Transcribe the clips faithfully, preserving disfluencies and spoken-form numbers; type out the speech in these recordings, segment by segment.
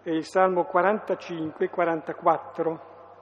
è il Salmo quarantacinque quarantaquattro.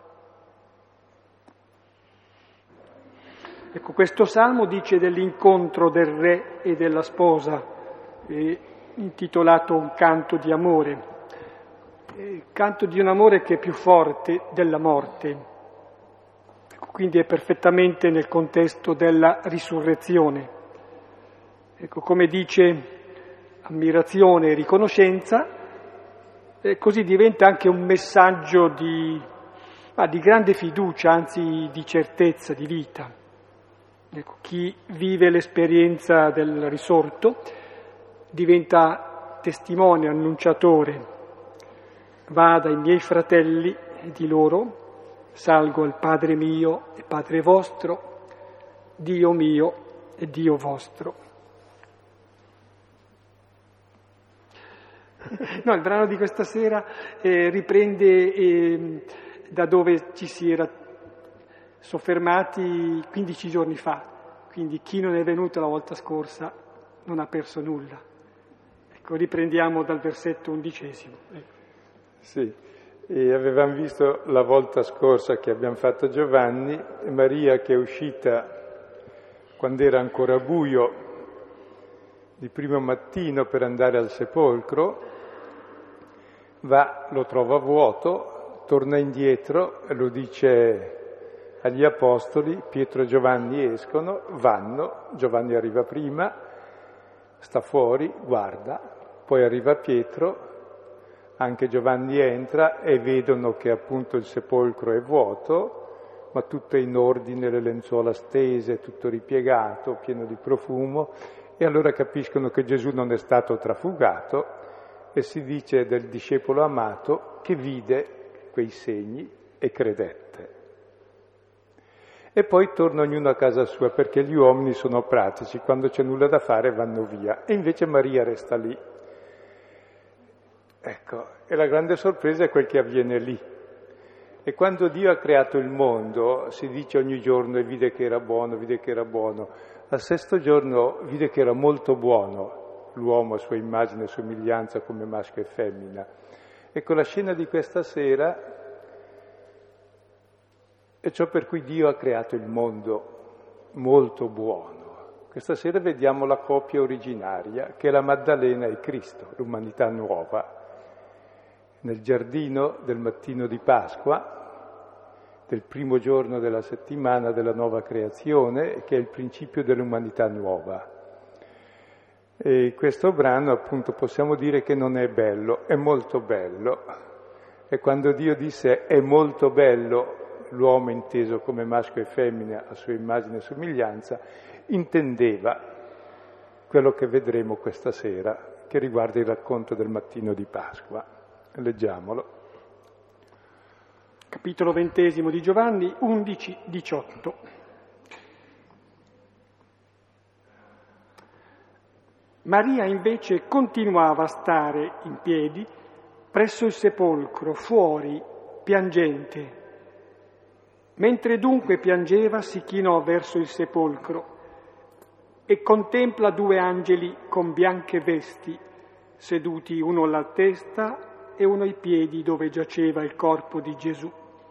Ecco, questo Salmo dice dell'incontro del re e della sposa, eh, intitolato Un canto di amore. Il canto di un amore che è più forte della morte, ecco, quindi è perfettamente nel contesto della risurrezione. Ecco, come dice ammirazione e riconoscenza, e così diventa anche un messaggio di, ah, di grande fiducia, anzi di certezza di vita. Ecco, chi vive l'esperienza del risorto diventa testimone, annunciatore. Va dai miei fratelli e di loro salgo al Padre mio e Padre vostro, Dio mio e Dio vostro. No, il brano di questa sera eh, riprende eh, da dove ci si era soffermati quindici giorni fa, quindi chi non è venuto la volta scorsa non ha perso nulla. Ecco, riprendiamo dal versetto undicesimo. Ecco. Sì, e avevamo visto la volta scorsa che abbiamo fatto Giovanni, Maria che è uscita quando era ancora buio di primo mattino per andare al sepolcro, va, lo trova vuoto, torna indietro, lo dice agli apostoli, Pietro e Giovanni escono, vanno, Giovanni arriva prima, sta fuori, guarda, poi arriva Pietro, anche Giovanni entra e vedono che appunto il sepolcro è vuoto, ma tutto è in ordine, le lenzuola stese, tutto ripiegato, pieno di profumo, e allora capiscono che Gesù non è stato trafugato e si dice del discepolo amato che vide quei segni e credette. E poi torna ognuno a casa sua perché gli uomini sono pratici, quando c'è nulla da fare vanno via, e invece Maria resta lì. Ecco, e la grande sorpresa è quel che avviene lì. E quando Dio ha creato il mondo, si dice ogni giorno, e vide che era buono, vide che era buono. Al sesto giorno vide che era molto buono l'uomo a sua immagine e somiglianza come maschio e femmina. Ecco, la scena di questa sera è ciò per cui Dio ha creato il mondo molto buono. Questa sera vediamo la coppia originaria, che è la Maddalena e Cristo, l'umanità nuova. Nel giardino del mattino di Pasqua, del primo giorno della settimana della nuova creazione, che è il principio dell'umanità nuova. E questo brano, appunto, possiamo dire che non è bello, è molto bello. E quando Dio disse è molto bello l'uomo inteso come maschio e femmina a sua immagine e somiglianza, intendeva quello che vedremo questa sera, che riguarda il racconto del mattino di Pasqua. Leggiamolo. Capitolo ventesimo di Giovanni, undici diciotto. Maria invece continuava a stare in piedi presso il sepolcro, fuori, piangente. Mentre dunque piangeva, si chinò verso il sepolcro e contempla due angeli con bianche vesti, seduti uno alla testa e uno ai piedi dove giaceva il corpo di Gesù.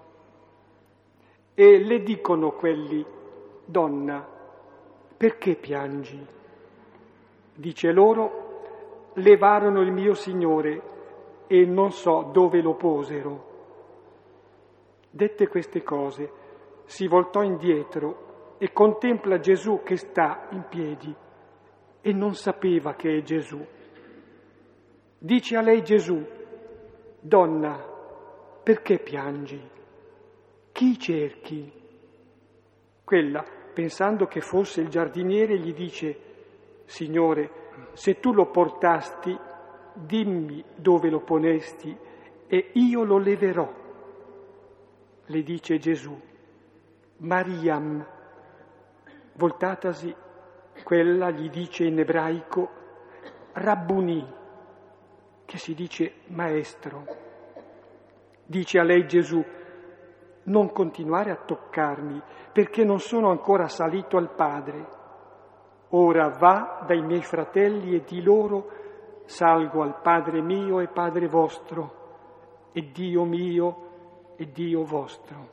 E le dicono quelli: donna, perché piangi? Dice loro: levarono il mio Signore e non so dove lo posero. Dette queste cose, si voltò indietro e contempla Gesù che sta in piedi e non sapeva che è Gesù. Dice a lei Gesù: donna, perché piangi? Chi cerchi? Quella, pensando che fosse il giardiniere, gli dice: Signore, se tu lo portasti, dimmi dove lo ponesti e io lo leverò. Le dice Gesù: Mariam. Voltatasi, quella gli dice in ebraico Rabbuni, che si dice maestro. Dice a lei Gesù: non continuare a toccarmi, perché non sono ancora salito al Padre. Ora va dai miei fratelli e di loro salgo al Padre mio e Padre vostro, è Dio mio e Dio vostro.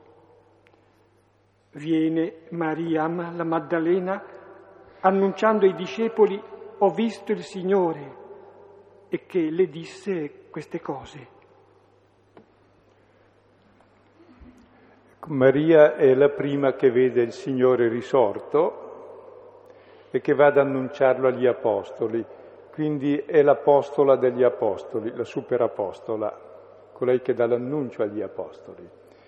Viene Mariam, la Maddalena, annunciando ai discepoli: ho visto il Signore, e che le disse queste cose. Maria è la prima che vede il Signore risorto e che va ad annunciarlo agli apostoli, quindi è l'apostola degli apostoli, la superapostola, colei che dà l'annuncio agli apostoli.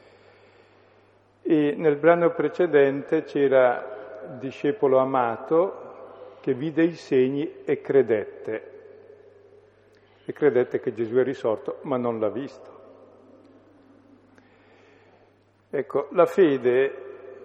E nel brano precedente c'era il discepolo amato che vide i segni e credette, e credette che Gesù è risorto, ma non l'ha visto. Ecco, la fede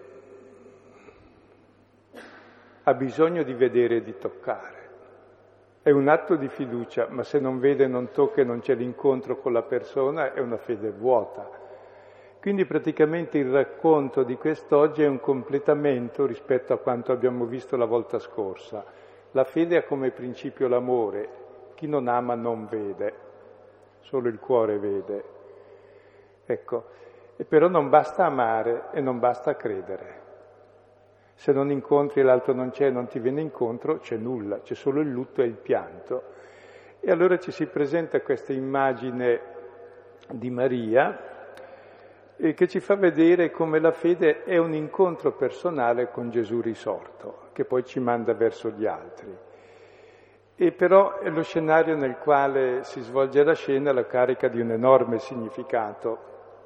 ha bisogno di vedere e di toccare. È un atto di fiducia, ma se non vede, non tocca e non c'è l'incontro con la persona, è una fede vuota. Quindi praticamente il racconto di quest'oggi è un completamento rispetto a quanto abbiamo visto la volta scorsa. La fede ha come principio l'amore. Chi non ama non vede, solo il cuore vede. Ecco, e però non basta amare e non basta credere. Se non incontri e l'altro non c'è, non ti viene incontro, c'è nulla, c'è solo il lutto e il pianto. E allora ci si presenta questa immagine di Maria eh, che ci fa vedere come la fede è un incontro personale con Gesù risorto, che poi ci manda verso gli altri. E però è lo scenario nel quale si svolge la scena, la carica di un enorme significato.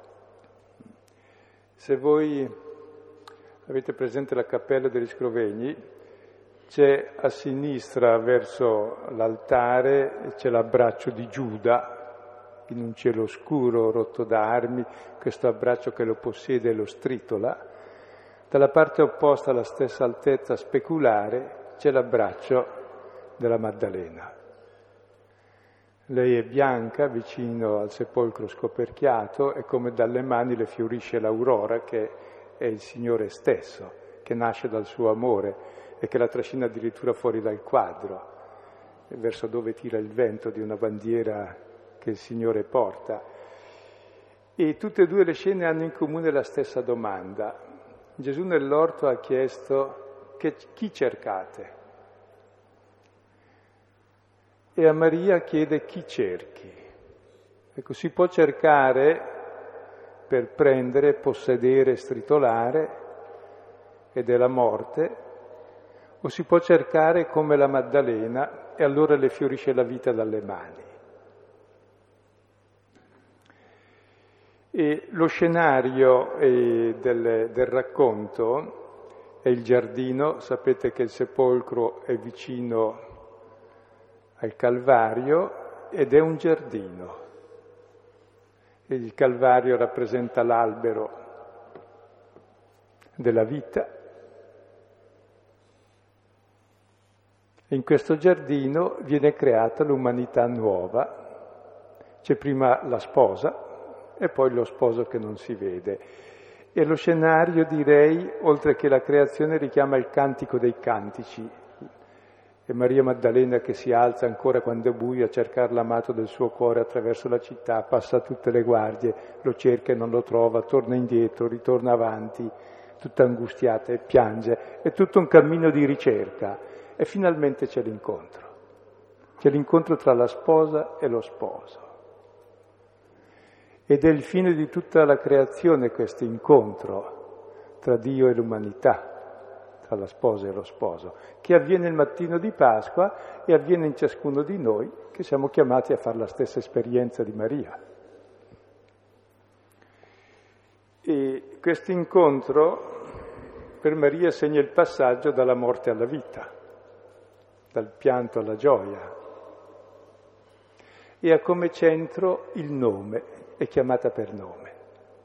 Se voi avete presente la cappella degli Scrovegni, c'è a sinistra verso l'altare, c'è l'abbraccio di Giuda in un cielo scuro rotto da armi, questo abbraccio che lo possiede e lo stritola. Dalla parte opposta, alla stessa altezza speculare, c'è l'abbraccio della Maddalena. Lei è bianca, vicino al sepolcro scoperchiato, e come dalle mani le fiorisce l'aurora, che è il Signore stesso, che nasce dal suo amore e che la trascina addirittura fuori dal quadro, verso dove tira il vento di una bandiera che il Signore porta. E tutte e due le scene hanno in comune la stessa domanda. Gesù nell'orto ha chiesto: che, chi cercate? E a Maria chiede: chi cerchi? Ecco, si può cercare per prendere, possedere, stritolare, ed è la morte, o si può cercare come la Maddalena e allora le fiorisce la vita dalle mani. E lo scenario eh, del, del racconto è il giardino. Sapete che il sepolcro è vicino al Calvario ed è un giardino. E il Calvario rappresenta l'albero della vita. E in questo giardino viene creata l'umanità nuova. C'è prima la sposa e poi lo sposo che non si vede. E lo scenario, direi, oltre che la creazione, richiama il cantico dei cantici. E Maria Maddalena che si alza ancora quando è buio a cercare l'amato del suo cuore attraverso la città, passa tutte le guardie, lo cerca e non lo trova, torna indietro, ritorna avanti, tutta angustiata e piange. È tutto un cammino di ricerca e finalmente c'è l'incontro. C'è l'incontro tra la sposa e lo sposo. Ed è il fine di tutta la creazione questo incontro tra Dio e l'umanità, tra la sposa e lo sposo, che avviene il mattino di Pasqua e avviene in ciascuno di noi, che siamo chiamati a fare la stessa esperienza di Maria. E questo incontro per Maria segna il passaggio dalla morte alla vita, dal pianto alla gioia, e ha come centro il nome, è chiamata per nome.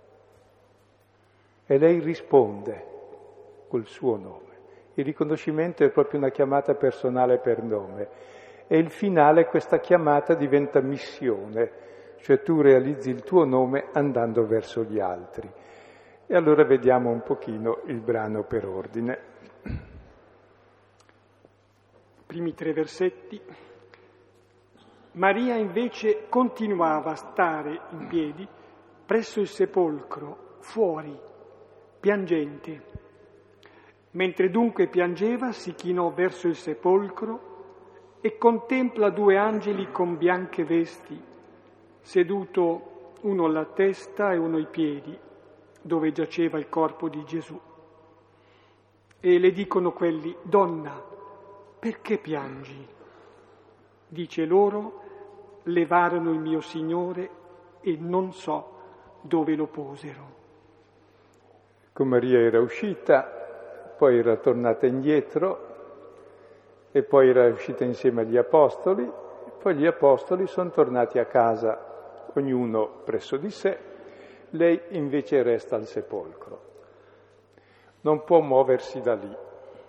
E lei risponde col suo nome. Il riconoscimento è proprio una chiamata personale per nome. E il finale, questa chiamata diventa missione, cioè tu realizzi il tuo nome andando verso gli altri. E allora vediamo un pochino il brano per ordine. Primi tre versetti. Maria invece continuava a stare in piedi presso il sepolcro, fuori, piangente. Mentre dunque piangeva, si chinò verso il sepolcro e contempla due angeli con bianche vesti, seduto uno alla testa e uno ai piedi, dove giaceva il corpo di Gesù. E le dicono quelli: «Donna, perché piangi?» Dice loro: «Levarono il mio Signore e non so dove lo posero». Con Maria era uscita, poi era tornata indietro e poi era uscita insieme agli apostoli, e poi gli apostoli sono tornati a casa, ognuno presso di sé, lei invece resta al sepolcro. Non può muoversi da lì.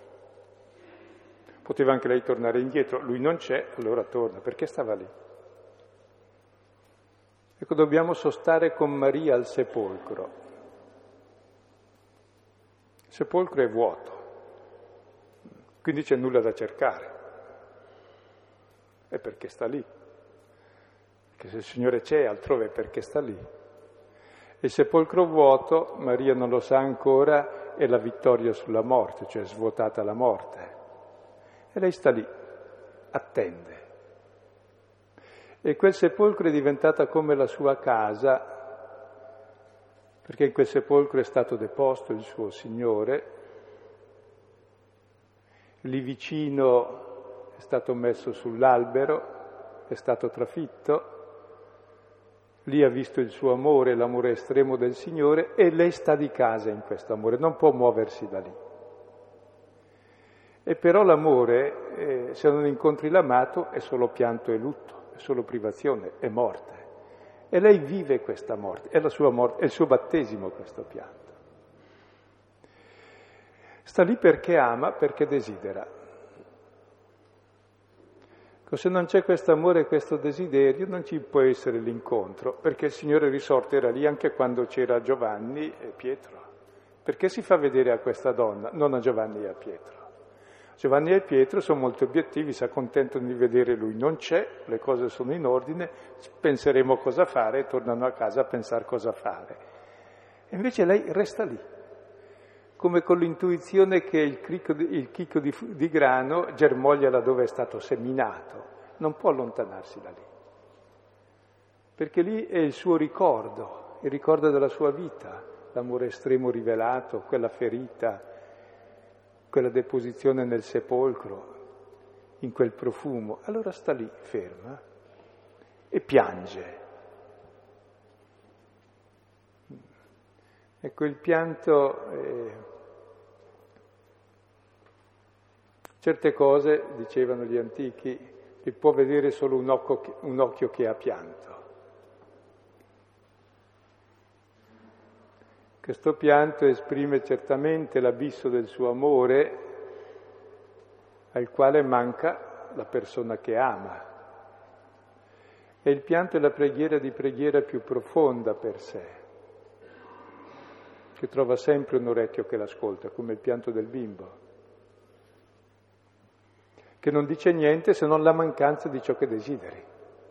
Poteva anche lei tornare indietro, lui non c'è, allora torna, perché stava lì. Ecco, dobbiamo sostare con Maria al sepolcro. Il sepolcro è vuoto, quindi c'è nulla da cercare. È perché sta lì. Perché se il Signore c'è altrove è perché sta lì. Il sepolcro vuoto, Maria non lo sa ancora, è la vittoria sulla morte, cioè svuotata la morte. E lei sta lì, attende. E quel sepolcro è diventata come la sua casa, perché in quel sepolcro è stato deposto il suo Signore, lì vicino è stato messo sull'albero, è stato trafitto, lì ha visto il suo amore, l'amore estremo del Signore, e lei sta di casa in questo amore, non può muoversi da lì. E però l'amore, eh, se non incontri l'amato, è solo pianto e lutto, è solo privazione, è morte. E lei vive questa morte, è la sua morte, è il suo battesimo questo pianto. Sta lì perché ama, perché desidera. Se non c'è questo amore e questo desiderio, non ci può essere l'incontro, perché il Signore risorto era lì anche quando c'era Giovanni e Pietro. Perché si fa vedere a questa donna, non a Giovanni e a Pietro? Giovanni e Pietro sono molto obiettivi, si accontentano di vedere lui, non c'è, le cose sono in ordine, penseremo cosa fare e tornano a casa a pensare cosa fare. E invece lei resta lì, come con l'intuizione che il chicco di, il chicco di, di grano germoglia laddove è stato seminato, non può allontanarsi da lì, perché lì è il suo ricordo, il ricordo della sua vita, l'amore estremo rivelato, quella ferita, quella deposizione nel sepolcro, in quel profumo. Allora sta lì, ferma, e piange. Ecco, il pianto, eh, certe cose, dicevano gli antichi, li può vedere solo un occhio che, un occhio che ha pianto. Questo pianto esprime certamente l'abisso del suo amore, al quale manca la persona che ama. E il pianto è la preghiera di preghiera più profonda per sé, che trova sempre un orecchio che l'ascolta, come il pianto del bimbo, che non dice niente se non la mancanza di ciò che desideri.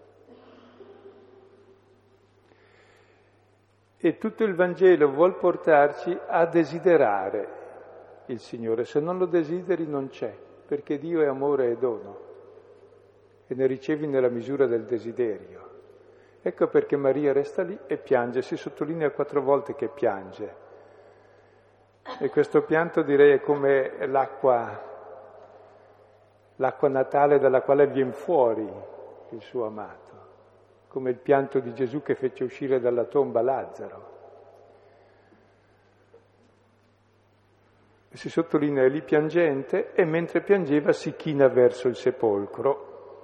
E tutto il Vangelo vuol portarci a desiderare il Signore. Se non lo desideri non c'è, perché Dio è amore e dono e ne ricevi nella misura del desiderio. Ecco perché Maria resta lì e piange, si sottolinea quattro volte che piange. E questo pianto, direi, è come l'acqua, l'acqua natale dalla quale viene fuori il suo amato, come il pianto di Gesù che fece uscire dalla tomba Lazzaro. Si sottolinea lì piangente e mentre piangeva si china verso il sepolcro.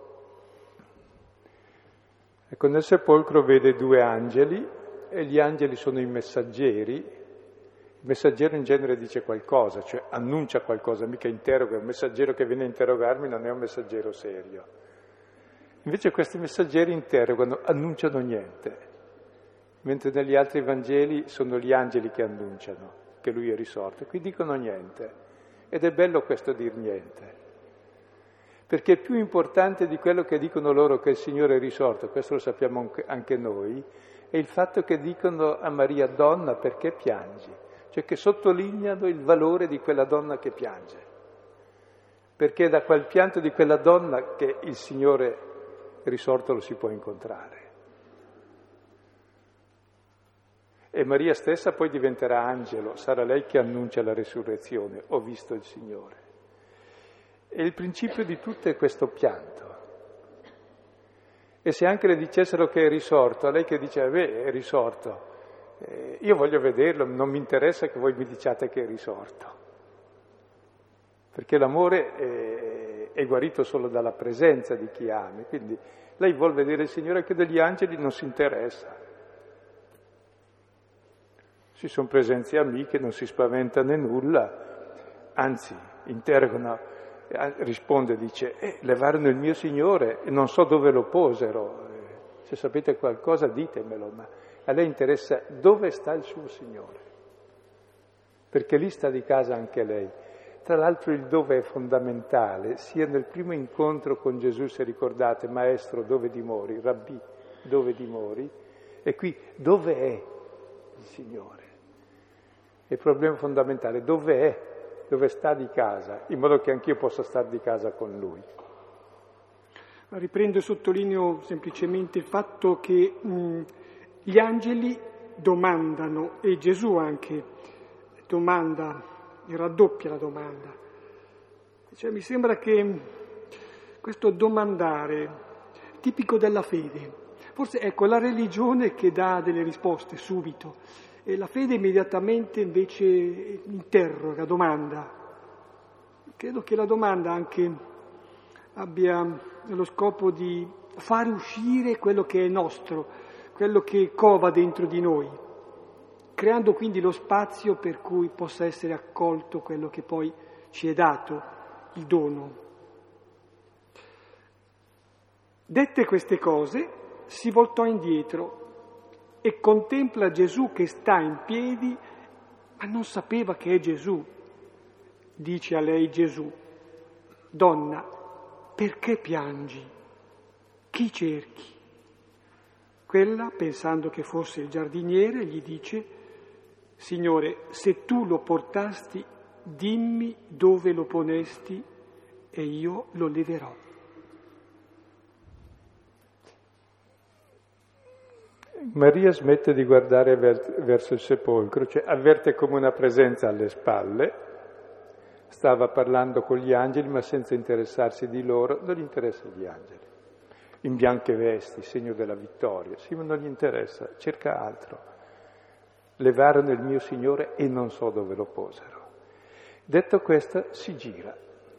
Ecco, nel sepolcro vede due angeli e gli angeli sono i messaggeri. Il messaggero in genere dice qualcosa, cioè annuncia qualcosa, mica interroga. Un messaggero che viene a interrogarmi non è un messaggero serio. Invece questi messaggeri interrogano, annunciano niente, mentre negli altri Vangeli sono gli angeli che annunciano che lui è risorto, qui dicono niente. Ed è bello questo dir niente, perché più importante di quello che dicono loro che il Signore è risorto, questo lo sappiamo anche noi, è il fatto che dicono a Maria, donna, perché piangi? Cioè che sottolineano il valore di quella donna che piange, perché è da quel pianto di quella donna che il Signore risorto lo si può incontrare. E Maria stessa poi diventerà angelo, sarà lei che annuncia la resurrezione, ho visto il Signore. E il principio di tutto è questo pianto. E se anche le dicessero che è risorto, a lei che dice, beh, è risorto, eh, io voglio vederlo, non mi interessa che voi mi diciate che è risorto. Perché l'amore è, è guarito solo dalla presenza di chi ami, quindi lei vuol vedere il Signore, che degli angeli non si interessa. Ci sono presenze amiche, non si spaventa né nulla, anzi, interrogano, risponde, dice, eh, levarono il mio Signore e non so dove lo posero, se sapete qualcosa ditemelo, ma a lei interessa dove sta il suo Signore, perché lì sta di casa anche lei. Tra l'altro il dove è fondamentale, sia nel primo incontro con Gesù, se ricordate, Maestro, dove dimori? Rabbì, dove dimori? E qui, dove è il Signore? È il problema fondamentale, dove è? Dove sta di casa, in modo che anch'io possa stare di casa con Lui. Riprendo e sottolineo semplicemente il fatto che mh, gli angeli domandano, e Gesù anche domanda, raddoppia la domanda. Cioè, mi sembra che questo domandare, tipico della fede, forse ecco la religione che dà delle risposte subito, e la fede immediatamente invece interroga, domanda. Credo che la domanda anche abbia lo scopo di fare uscire quello che è nostro, quello che cova dentro di noi, creando quindi lo spazio per cui possa essere accolto quello che poi ci è dato, il dono. Dette queste cose, si voltò indietro e contempla Gesù che sta in piedi, ma non sapeva che è Gesù. Dice a lei Gesù, donna, perché piangi? Chi cerchi? Quella, pensando che fosse il giardiniere, gli dice, Signore, se tu lo portasti, dimmi dove lo ponesti e io lo leverò. Maria smette di guardare verso il sepolcro, cioè avverte come una presenza alle spalle, stava parlando con gli angeli ma senza interessarsi di loro, non gli interessano gli angeli, in bianche vesti, segno della vittoria, sì, ma non gli interessa, cerca altro. Levarono il mio Signore e non so dove lo posero. Detto questo, si gira.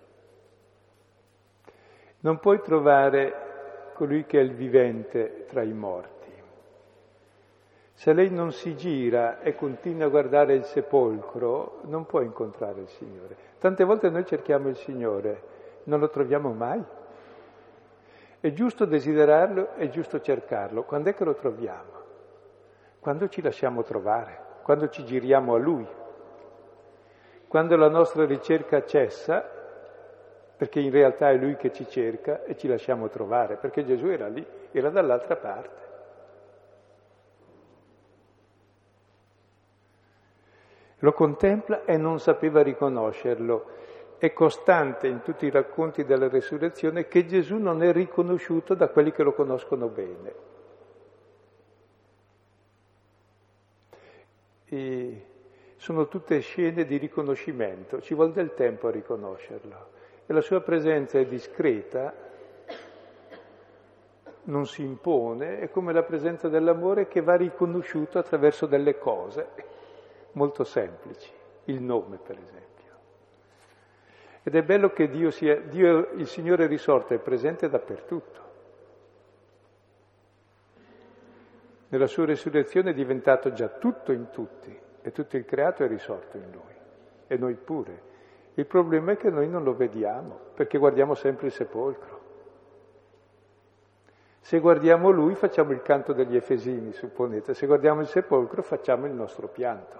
Non puoi trovare colui che è il vivente tra i morti. Se lei non si gira e continua a guardare il sepolcro, non può incontrare il Signore. Tante volte noi cerchiamo il Signore, non lo troviamo mai. È giusto desiderarlo, è giusto cercarlo. Quando è che lo troviamo? Quando ci lasciamo trovare, quando ci giriamo a Lui. Quando la nostra ricerca cessa, perché in realtà è Lui che ci cerca e ci lasciamo trovare, perché Gesù era lì, era dall'altra parte. Lo contempla e non sapeva riconoscerlo. È costante in tutti i racconti della resurrezione che Gesù non è riconosciuto da quelli che lo conoscono bene. E sono tutte scene di riconoscimento, ci vuole del tempo a riconoscerlo. E la sua presenza è discreta, non si impone, è come la presenza dell'amore che va riconosciuto attraverso delle cose molto semplici, il nome per esempio. Ed è bello che Dio sia, Dio, il Signore risorto, è presente dappertutto. Nella sua resurrezione è diventato già tutto in tutti e tutto il creato è risorto in Lui e noi pure. Il problema è che noi non lo vediamo perché guardiamo sempre il sepolcro. Se guardiamo Lui facciamo il canto degli Efesini, supponete, se guardiamo il sepolcro facciamo il nostro pianto.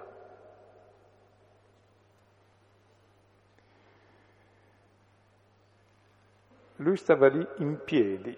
Lui stava lì in piedi.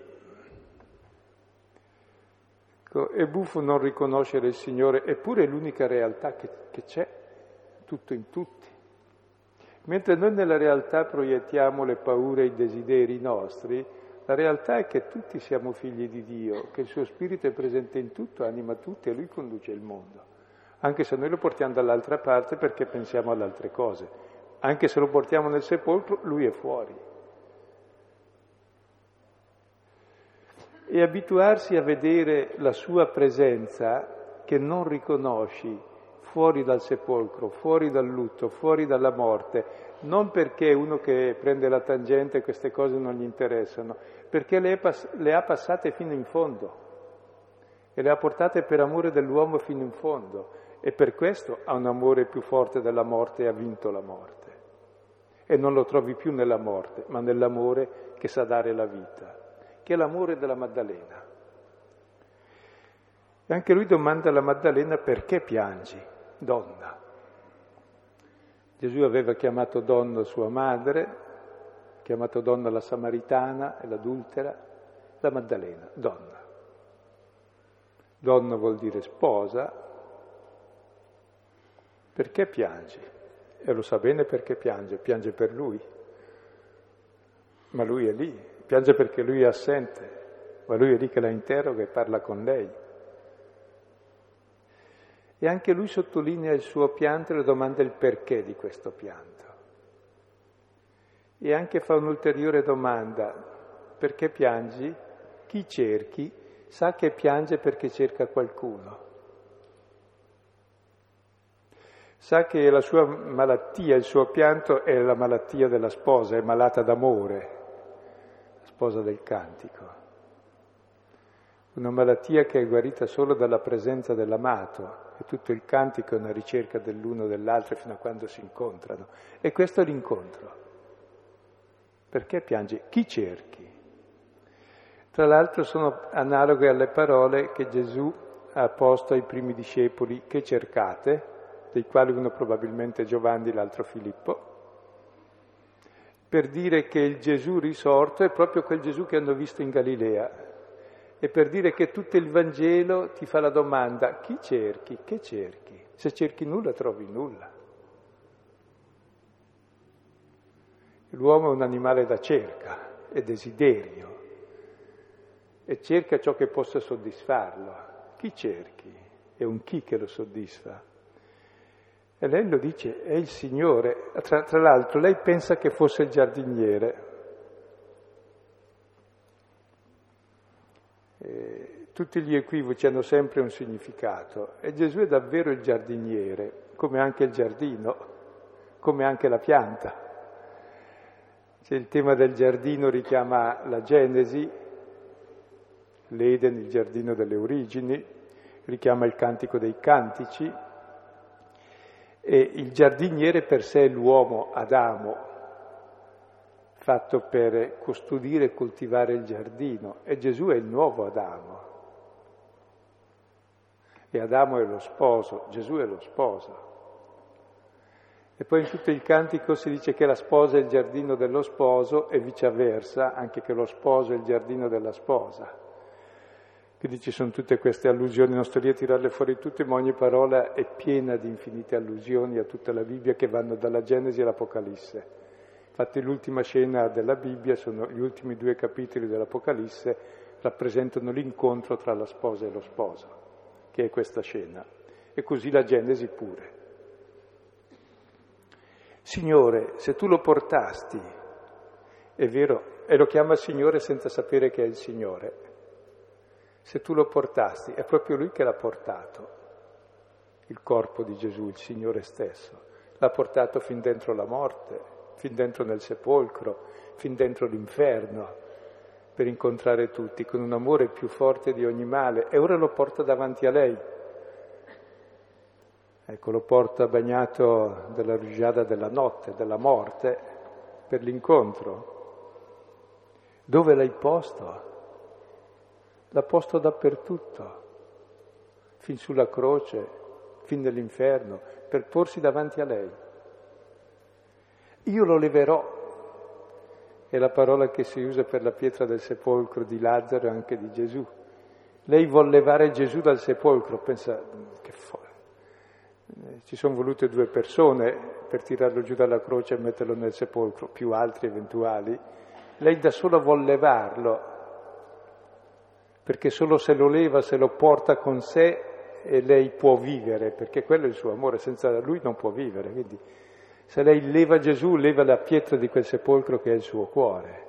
Ecco, è buffo non riconoscere il Signore, eppure è l'unica realtà che, che c'è, tutto in tutti. Mentre noi nella realtà proiettiamo le paure e i desideri nostri, la realtà è che tutti siamo figli di Dio, che il suo Spirito è presente in tutto, anima tutti e Lui conduce il mondo. Anche se noi lo portiamo dall'altra parte perché pensiamo ad altre cose. Anche se lo portiamo nel sepolcro, Lui è fuori. E abituarsi a vedere la sua presenza che non riconosci fuori dal sepolcro, fuori dal lutto, fuori dalla morte, non perché è uno che prende la tangente e queste cose non gli interessano, perché le, pass- le ha passate fino in fondo e le ha portate per amore dell'uomo fino in fondo e per questo ha un amore più forte della morte e ha vinto la morte. E non lo trovi più nella morte, ma nell'amore che sa dare la vita, che è l'amore della Maddalena. E anche lui domanda alla Maddalena: perché piangi, donna? Gesù aveva chiamato donna sua madre, chiamato donna la Samaritana e l'adultera, la Maddalena, donna. Donna vuol dire sposa. Perché piangi? E lo sa bene perché piange, piange per lui. Ma lui è lì, piange perché lui è assente, ma lui è lì che la interroga e parla con lei. E anche lui sottolinea il suo pianto e domanda il perché di questo pianto. E anche fa un'ulteriore domanda: perché piangi? Chi cerchi? Sa che piange perché cerca qualcuno. Sa che la sua malattia, il suo pianto è la malattia della sposa, è malata d'amore, la sposa del cantico. Una malattia che è guarita solo dalla presenza dell'amato. E tutto il cantico è una ricerca dell'uno e dell'altro fino a quando si incontrano. E questo è l'incontro. Perché piangi? Chi cerchi? Tra l'altro sono analoghe alle parole che Gesù ha posto ai primi discepoli: che cercate, dei quali uno probabilmente è Giovanni, l'altro Filippo, per dire che il Gesù risorto è proprio quel Gesù che hanno visto in Galilea. E per dire che tutto il Vangelo ti fa la domanda: chi cerchi? Che cerchi? Se cerchi nulla, trovi nulla. L'uomo è un animale da cerca, è desiderio, e cerca ciò che possa soddisfarlo. Chi cerchi? È un chi che lo soddisfa. E lei lo dice, è il Signore. Tra, tra l'altro lei pensa che fosse il giardiniere. Eh, tutti gli equivoci hanno sempre un significato e Gesù è davvero il giardiniere, come anche il giardino, come anche la pianta. C'è il tema del giardino, richiama la Genesi, l'Eden, il giardino delle origini, richiama il cantico dei cantici, e il giardiniere per sé è l'uomo, Adamo, fatto per custodire e coltivare il giardino, e Gesù è il nuovo Adamo. E Adamo è lo sposo, Gesù è lo sposo. E poi in tutto il cantico si dice che la sposa è il giardino dello sposo e viceversa, anche che lo sposo è il giardino della sposa. Quindi ci sono tutte queste allusioni, non sto lì a tirarle fuori tutte, ma ogni parola è piena di infinite allusioni a tutta la Bibbia che vanno dalla Genesi all'Apocalisse. Infatti l'ultima scena della Bibbia, sono gli ultimi due capitoli dell'Apocalisse, rappresentano l'incontro tra la sposa e lo sposo, che è questa scena. E così la Genesi pure. Signore, se tu lo portasti, è vero, e lo chiama Signore senza sapere che è il Signore. Se tu lo portasti, è proprio Lui che l'ha portato, il corpo di Gesù, il Signore stesso. L'ha portato fin dentro la morte, fin dentro nel sepolcro, fin dentro l'inferno, per incontrare tutti, con un amore più forte di ogni male. E ora lo porta davanti a lei. Ecco, lo porta bagnato dalla rugiada della notte, della morte, per l'incontro. Dove l'hai posto? L'ha posto dappertutto, fin sulla croce, fin nell'inferno, per porsi davanti a lei. Io lo leverò, è la parola che si usa per la pietra del sepolcro di Lazzaro e anche di Gesù. Lei vuol levare Gesù dal sepolcro, pensa, che folle. Ci sono volute due persone per tirarlo giù dalla croce e metterlo nel sepolcro, più altri eventuali. Lei da sola vuol levarlo, perché solo se lo leva, se lo porta con sé, e lei può vivere, perché quello è il suo amore, senza lui non può vivere. Quindi se lei leva Gesù, leva la pietra di quel sepolcro che è il suo cuore.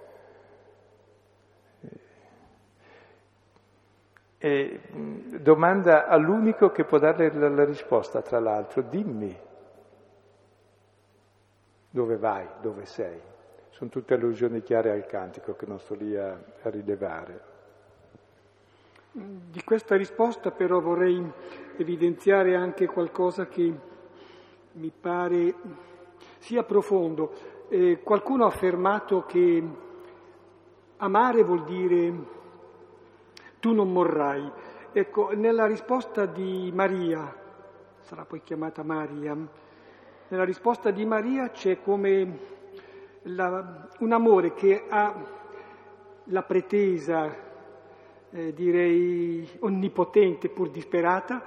E domanda all'unico che può darle la, la risposta, tra l'altro, dimmi dove vai, dove sei. Sono tutte allusioni chiare al cantico che non sto lì a, a rilevare. Di questa risposta però vorrei evidenziare anche qualcosa che mi pare sia profondo. Eh, qualcuno ha affermato che amare vuol dire tu non morrai. Ecco, nella risposta di Maria, sarà poi chiamata Mariam, nella risposta di Maria c'è come la, un amore che ha la pretesa, eh, direi onnipotente pur disperata,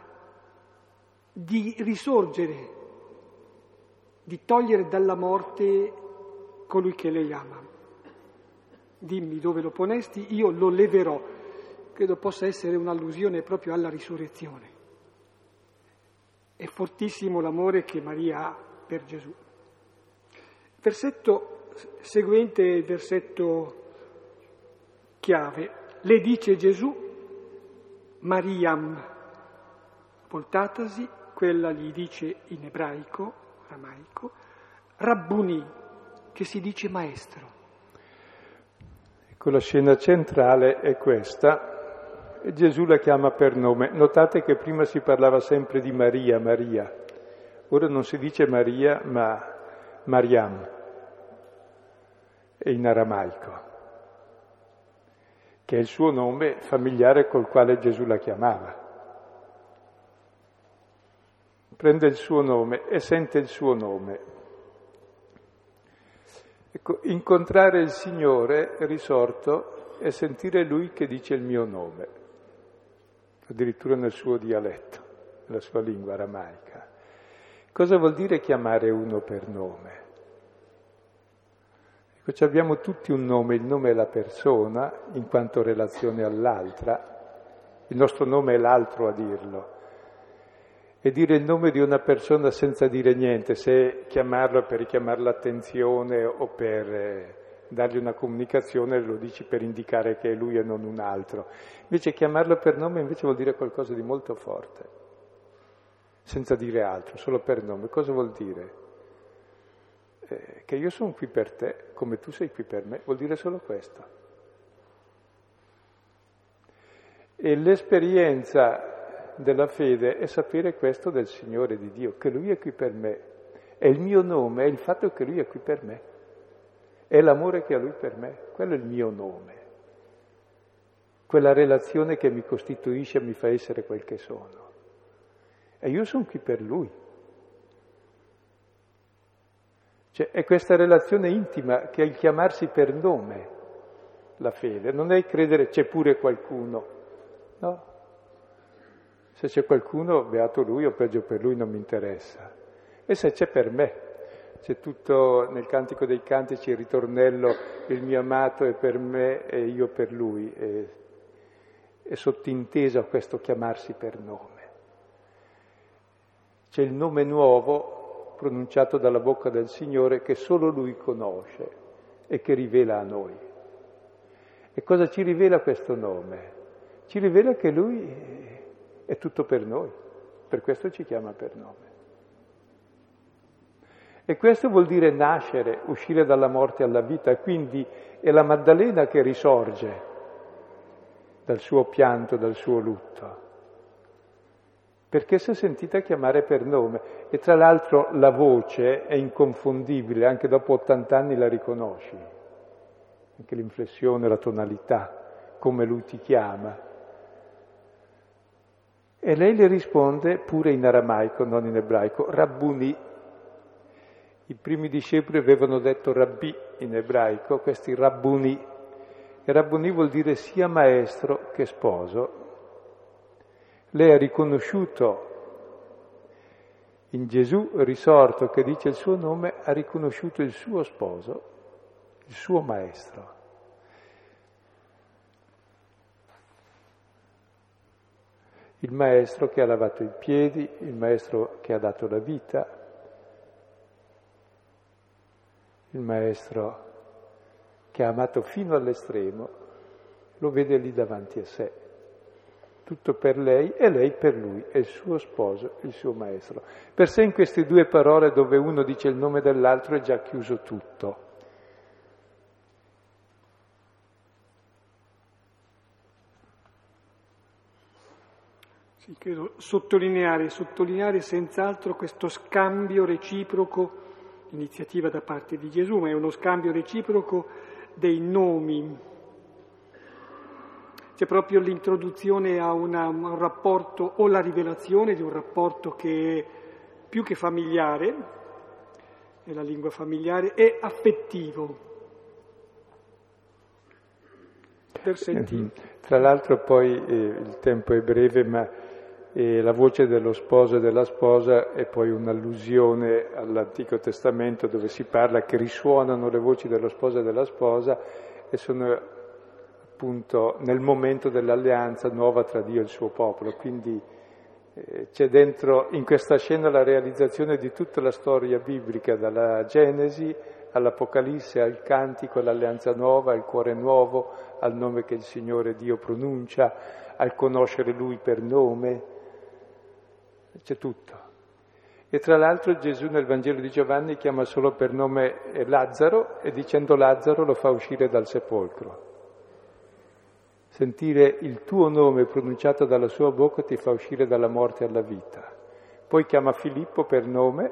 di risorgere, di togliere dalla morte colui che lei ama. Dimmi dove lo ponesti, io lo leverò. Credo possa essere un'allusione proprio alla risurrezione. È fortissimo l'amore che Maria ha per Gesù. Il versetto seguente è il versetto chiave. Le dice Gesù, Mariam, voltatasi, quella gli dice in ebraico, aramaico, Rabbuni, che si dice maestro. Ecco, la scena centrale è questa. Gesù la chiama per nome. Notate che prima si parlava sempre di Maria, Maria. Ora non si dice Maria, ma Mariam, è in aramaico, che è il suo nome familiare col quale Gesù la chiamava. Prende il suo nome e sente il suo nome. Ecco, incontrare il Signore risorto è sentire Lui che dice il mio nome, addirittura nel suo dialetto, nella sua lingua aramaica. Cosa vuol dire chiamare uno per nome? Ecco, abbiamo tutti un nome, il nome è la persona in quanto relazione all'altra, il nostro nome è l'altro a dirlo. E dire il nome di una persona senza dire niente, se chiamarlo per richiamare l'attenzione o per eh, dargli una comunicazione, lo dici per indicare che è lui e non un altro. Invece chiamarlo per nome invece vuol dire qualcosa di molto forte, senza dire altro, solo per nome. Cosa vuol dire? Eh, che io sono qui per te, come tu sei qui per me, vuol dire solo questo. E l'esperienza della fede è sapere questo del Signore, di Dio, che Lui è qui per me. E il mio nome è il fatto che Lui è qui per me. È l'amore che ha Lui per me. Quello è il mio nome. Quella relazione che mi costituisce e mi fa essere quel che sono. E io sono qui per Lui. Cioè, è questa relazione intima che è il chiamarsi per nome, la fede. Non è il credere c'è pure qualcuno, no? Se c'è qualcuno, beato lui o peggio per lui, non mi interessa. E se c'è per me, c'è tutto nel Cantico dei Cantici il ritornello, il mio amato è per me e io per lui, è, è sottinteso a questo chiamarsi per nome. C'è il nome nuovo pronunciato dalla bocca del Signore che solo Lui conosce e che rivela a noi. E cosa ci rivela questo nome? Ci rivela che Lui è tutto per noi, per questo ci chiama per nome. E questo vuol dire nascere, uscire dalla morte alla vita, e quindi è la Maddalena che risorge dal suo pianto, dal suo lutto, perché si è sentita chiamare per nome. E tra l'altro la voce è inconfondibile, anche dopo ottanta anni la riconosci, anche l'inflessione, la tonalità, come lui ti chiama. E lei le risponde, pure in aramaico, non in ebraico, Rabbuni. I primi discepoli avevano detto rabbì in ebraico, questi rabbuni. E rabbuni vuol dire sia maestro che sposo. Lei ha riconosciuto in Gesù risorto che dice il suo nome, ha riconosciuto il suo sposo, il suo maestro. Il maestro che ha lavato i piedi, il maestro che ha dato la vita, il maestro che ha amato fino all'estremo, lo vede lì davanti a sé. Tutto per lei e lei per lui, è il suo sposo, il suo maestro. Per sé in queste due parole dove uno dice il nome dell'altro è già chiuso tutto. Sì, credo sottolineare, sottolineare senz'altro questo scambio reciproco, iniziativa da parte di Gesù, ma è uno scambio reciproco dei nomi. C'è proprio l'introduzione a, una, a un rapporto, o la rivelazione di un rapporto che è più che familiare, è la lingua familiare, è affettivo. Per sentire. Tra l'altro poi eh, il tempo è breve, ma eh, la voce dello sposo e della sposa è poi un'allusione all'Antico Testamento dove si parla che risuonano le voci dello sposo e della sposa e sono appunto nel momento dell'alleanza nuova tra Dio e il suo popolo, quindi eh, c'è dentro in questa scena la realizzazione di tutta la storia biblica, dalla Genesi all'Apocalisse, al cantico, all'alleanza nuova, al cuore nuovo, al nome che il Signore Dio pronuncia, al conoscere Lui per nome, c'è tutto. E tra l'altro Gesù nel Vangelo di Giovanni chiama solo per nome Lazzaro e dicendo Lazzaro lo fa uscire dal sepolcro. Sentire il tuo nome pronunciato dalla sua bocca ti fa uscire dalla morte alla vita. Poi chiama Filippo per nome.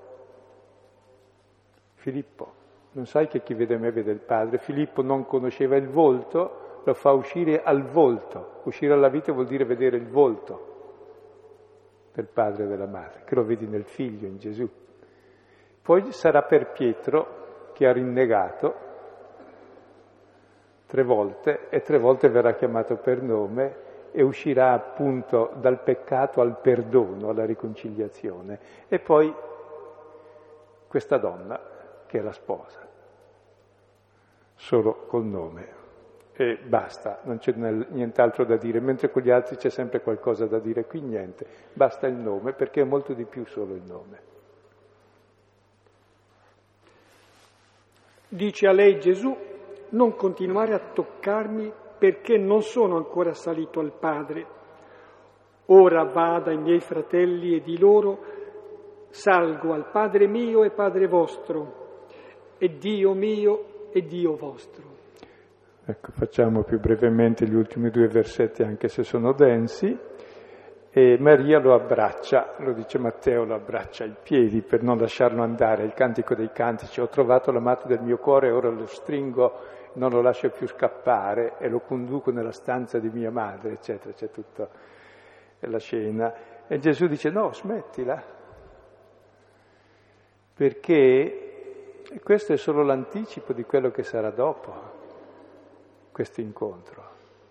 Filippo, non sai che chi vede me vede il Padre. Filippo non conosceva il volto, lo fa uscire al volto. Uscire alla vita vuol dire vedere il volto del Padre e della Madre, che lo vedi nel Figlio, in Gesù. Poi sarà per Pietro, che ha rinnegato tre volte, e tre volte verrà chiamato per nome e uscirà appunto dal peccato al perdono, alla riconciliazione. E poi questa donna, che è la sposa, solo col nome. E basta, non c'è nient'altro da dire, mentre con gli altri c'è sempre qualcosa da dire, qui niente, basta il nome, perché è molto di più solo il nome. Dice a lei Gesù: non continuare a toccarmi perché non sono ancora salito al Padre. Ora vada ai miei fratelli e di loro: salgo al Padre mio e Padre vostro, e Dio mio e Dio vostro. Ecco, facciamo più brevemente gli ultimi due versetti, anche se sono densi. E Maria lo abbraccia, lo dice Matteo, lo abbraccia ai piedi per non lasciarlo andare. Il Cantico dei Cantici: ho trovato l'amato del mio cuore, ora lo stringo, non lo lascio più scappare e lo conduco nella stanza di mia madre, eccetera. C'è tutta la scena. E Gesù dice: no, smettila, perché questo è solo l'anticipo di quello che sarà dopo questo incontro.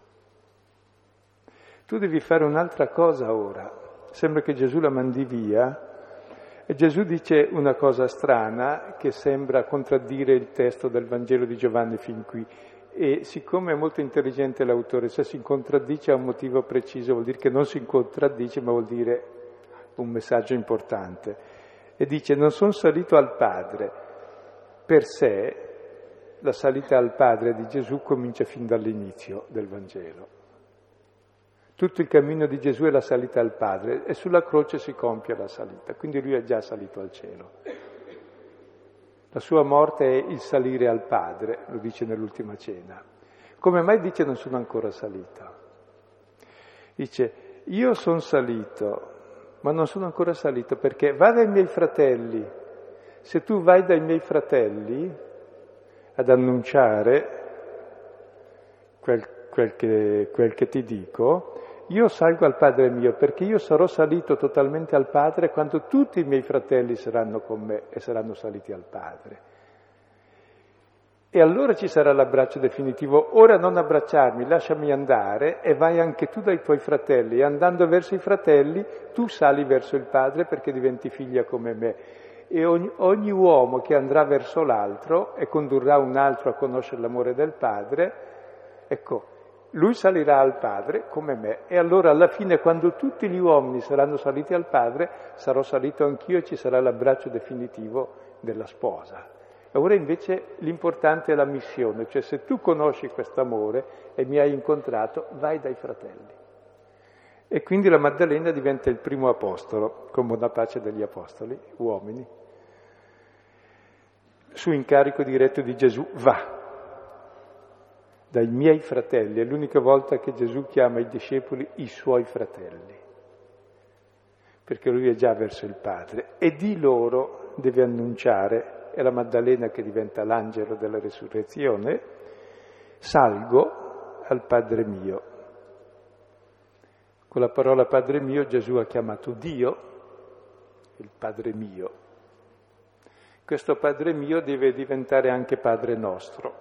Tu devi fare un'altra cosa ora. Sembra che Gesù la mandi via e Gesù dice una cosa strana che sembra contraddire il testo del Vangelo di Giovanni fin qui. E siccome è molto intelligente l'autore, se si contraddice a un motivo preciso vuol dire che non si contraddice, ma vuol dire un messaggio importante. E dice: non sono salito al Padre. Per sé la salita al Padre di Gesù comincia fin dall'inizio del Vangelo. Tutto il cammino di Gesù è la salita al Padre e sulla croce si compie la salita, quindi lui è già salito al cielo. La sua morte è il salire al Padre, lo dice nell'ultima cena. Come mai dice non sono ancora salito? Dice: io sono salito, ma non sono ancora salito perché vado ai miei fratelli. Se tu vai dai miei fratelli ad annunciare quel, quel, che, quel che ti dico, io salgo al Padre mio, perché io sarò salito totalmente al Padre quando tutti i miei fratelli saranno con me e saranno saliti al Padre. E allora ci sarà l'abbraccio definitivo. Ora non abbracciarmi, lasciami andare e vai anche tu dai tuoi fratelli. E andando verso i fratelli, tu sali verso il Padre perché diventi figlia come me. E ogni, ogni uomo che andrà verso l'altro e condurrà un altro a conoscere l'amore del Padre, ecco, lui salirà al Padre come me. E allora alla fine, quando tutti gli uomini saranno saliti al Padre, sarò salito anch'io e ci sarà l'abbraccio definitivo della sposa. E ora invece l'importante è la missione, cioè se tu conosci quest'amore e mi hai incontrato, vai dai fratelli. E quindi la Maddalena diventa il primo apostolo, con buona pace degli apostoli, uomini. Su incarico diretto di Gesù, va dai miei fratelli. È l'unica volta che Gesù chiama i discepoli i suoi fratelli, perché lui è già verso il Padre, e di loro deve annunciare. È la Maddalena che diventa l'angelo della resurrezione, salgo al Padre mio. Con la parola Padre mio Gesù ha chiamato Dio, il Padre mio. Questo Padre mio deve diventare anche Padre nostro.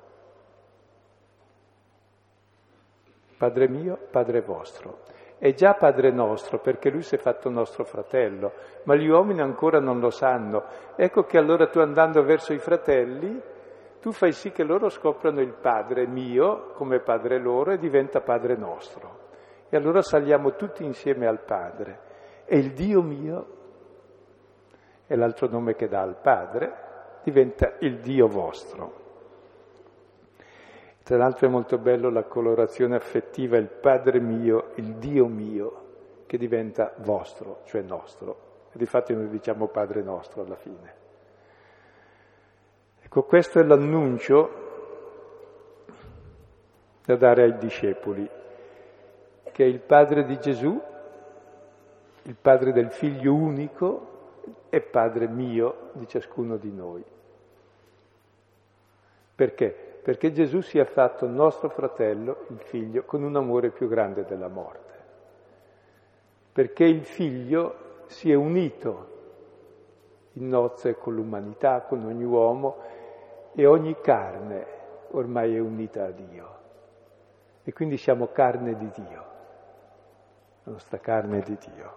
Padre mio, Padre vostro. È già Padre nostro perché Lui si è fatto nostro fratello, ma gli uomini ancora non lo sanno. Ecco che allora tu, andando verso i fratelli, tu fai sì che loro scoprano il Padre mio come Padre loro e diventa Padre nostro. E allora saliamo tutti insieme al Padre. E il Dio mio, è l'altro nome che dà al Padre, diventa il Dio vostro. Tra l'altro è molto bello la colorazione affettiva, il Padre mio, il Dio mio, che diventa vostro, cioè nostro. E difatti noi diciamo Padre nostro alla fine. Ecco, questo è l'annuncio da dare ai discepoli, che è il Padre di Gesù, il Padre del Figlio unico e Padre mio di ciascuno di noi. Perché? Perché Gesù si è fatto nostro fratello, il Figlio, con un amore più grande della morte. Perché il Figlio si è unito in nozze con l'umanità, con ogni uomo, e ogni carne ormai è unita a Dio. E quindi siamo carne di Dio, la nostra carne di Dio.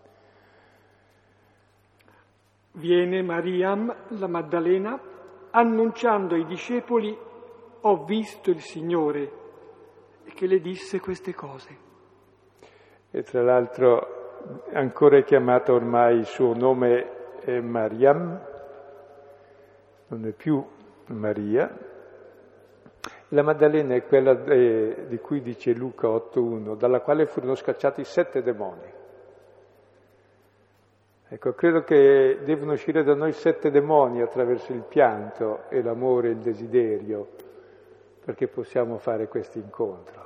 Viene Mariam, la Maddalena, annunciando ai discepoli: ho visto il Signore, e che le disse queste cose. E tra l'altro ancora è chiamata ormai, il suo nome è Mariam, non è più Maria. La Maddalena è quella de, di cui dice Luca otto uno, dalla quale furono scacciati sette demoni. Ecco, credo che devono uscire da noi sette demoni attraverso il pianto e l'amore e il desiderio, perché possiamo fare questo incontro.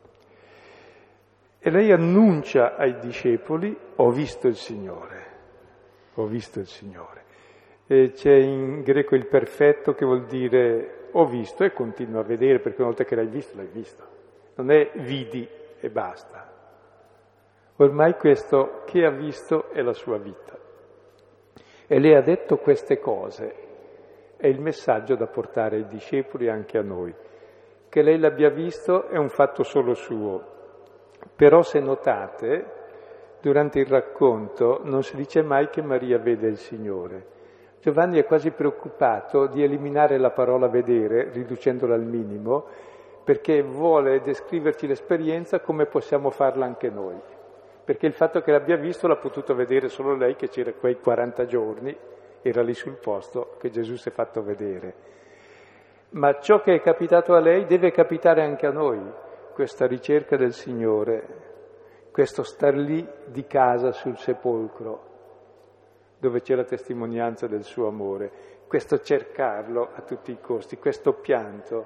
E lei annuncia ai discepoli: ho visto il Signore, ho visto il Signore. E c'è in greco il perfetto, che vuol dire ho visto e continuo a vedere, perché una volta che l'hai visto, l'hai visto. Non è vidi e basta. Ormai questo che ha visto è la sua vita. E lei ha detto queste cose. È il messaggio da portare ai discepoli e anche a noi. Che lei l'abbia visto è un fatto solo suo, però se notate, durante il racconto non si dice mai che Maria vede il Signore. Giovanni è quasi preoccupato di eliminare la parola vedere, riducendola al minimo, perché vuole descriverci l'esperienza come possiamo farla anche noi. Perché il fatto che l'abbia visto l'ha potuto vedere solo lei, che c'era quei quaranta giorni, era lì sul posto che Gesù si è fatto vedere. Ma ciò che è capitato a lei deve capitare anche a noi, questa ricerca del Signore, questo star lì di casa sul sepolcro, dove c'è la testimonianza del suo amore, questo cercarlo a tutti i costi, questo pianto,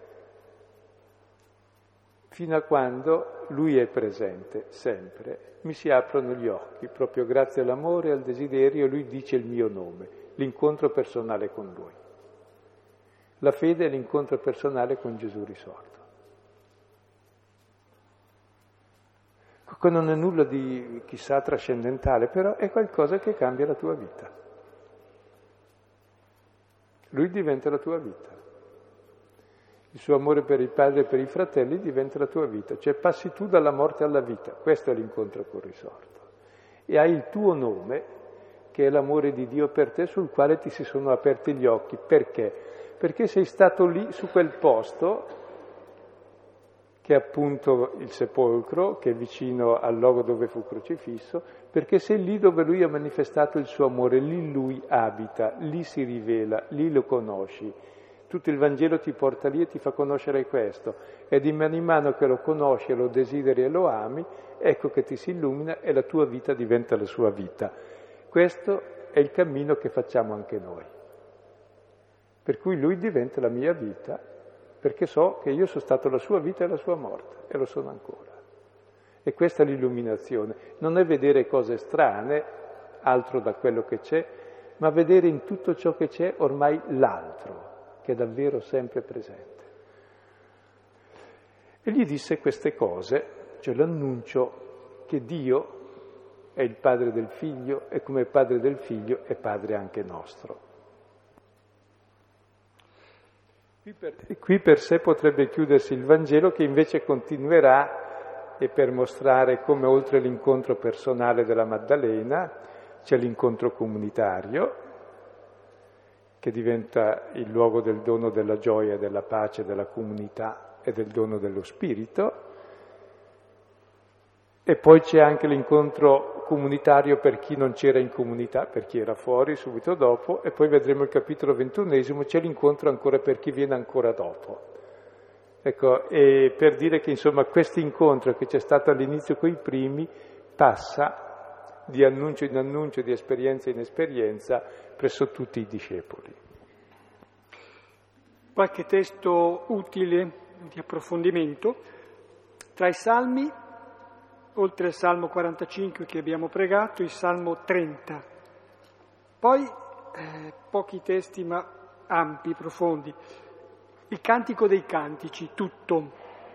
fino a quando Lui è presente, sempre. Mi si aprono gli occhi, proprio grazie all'amore e al desiderio, Lui dice il mio nome, l'incontro personale con Lui. La fede è l'incontro personale con Gesù risorto. Che non è nulla di chissà trascendentale, però è qualcosa che cambia la tua vita. Lui diventa la tua vita. Il suo amore per il padre e per i fratelli diventa la tua vita, cioè passi tu dalla morte alla vita. Questo è l'incontro col risorto. E hai il tuo nome, che è l'amore di Dio per te, sul quale ti si sono aperti gli occhi. Perché? Perché sei stato lì, su quel posto, che è appunto il sepolcro, che è vicino al luogo dove fu crocifisso, perché sei lì dove lui ha manifestato il suo amore, lì lui abita, lì si rivela, lì lo conosci. Tutto il Vangelo ti porta lì e ti fa conoscere questo. E di mano in mano che lo conosci, lo desideri e lo ami, ecco che ti si illumina e la tua vita diventa la sua vita. Questo è il cammino che facciamo anche noi. Per cui lui diventa la mia vita, perché so che io sono stato la sua vita e la sua morte, e lo sono ancora. E questa è l'illuminazione. Non è vedere cose strane, altro da quello che c'è, ma vedere in tutto ciò che c'è ormai l'altro, che è davvero sempre presente. E gli disse queste cose, cioè l'annuncio che Dio è il padre del figlio e come padre del figlio è padre anche nostro. Qui per, qui per sé potrebbe chiudersi il Vangelo, che invece continuerà, e per mostrare come oltre l'incontro personale della Maddalena c'è l'incontro comunitario, che diventa il luogo del dono della gioia, della pace, della comunità e del dono dello Spirito. E poi c'è anche l'incontro comunitario per chi non c'era in comunità, per chi era fuori subito dopo, e poi vedremo il capitolo ventunesimo, c'è l'incontro ancora per chi viene ancora dopo. Ecco, e per dire che insomma questo incontro che c'è stato all'inizio con i primi passa di annuncio in annuncio, di esperienza in esperienza, presso tutti i discepoli. Qualche testo utile di approfondimento. Tra i salmi, oltre al Salmo quarantacinque che abbiamo pregato, il Salmo trenta. Poi eh, pochi testi ma ampi, profondi. Il Cantico dei Cantici, tutto.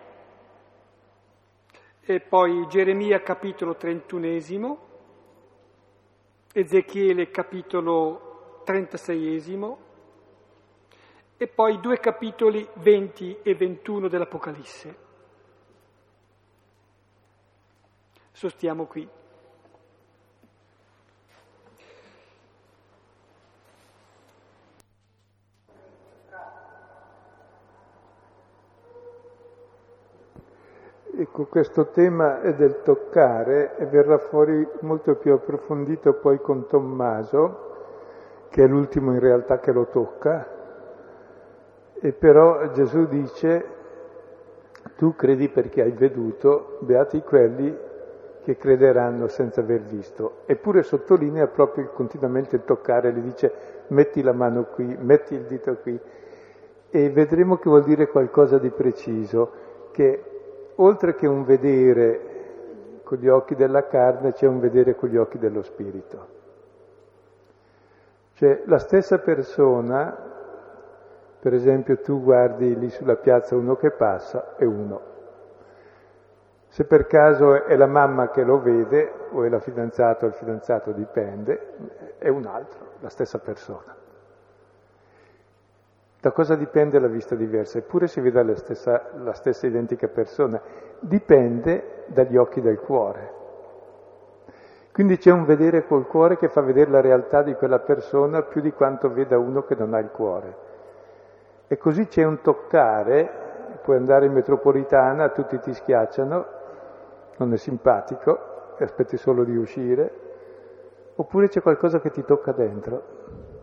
E poi Geremia capitolo trentunesimo, Ezechiele capitolo trentaseiesimo e poi due capitoli venti e ventuno dell'Apocalisse. Sostiamo qui. Ecco, questo tema è del toccare e verrà fuori molto più approfondito poi con Tommaso, che è l'ultimo in realtà che lo tocca, e però Gesù dice: tu credi perché hai veduto, beati quelli che crederanno senza aver visto. Eppure sottolinea proprio continuamente il toccare, gli dice: metti la mano qui, metti il dito qui, e vedremo che vuol dire qualcosa di preciso, che oltre che un vedere con gli occhi della carne, c'è un vedere con gli occhi dello spirito. Cioè la stessa persona, per esempio tu guardi lì sulla piazza uno che passa, è uno. Se per caso è la mamma che lo vede, o è la fidanzata o il fidanzato, dipende, è un altro, la stessa persona. Da cosa dipende la vista diversa? Eppure si vede la stessa, la stessa identica persona. Dipende dagli occhi del cuore. Quindi c'è un vedere col cuore che fa vedere la realtà di quella persona più di quanto veda uno che non ha il cuore. E così c'è un toccare, puoi andare in metropolitana, tutti ti schiacciano, non è simpatico, e aspetti solo di uscire, oppure c'è qualcosa che ti tocca dentro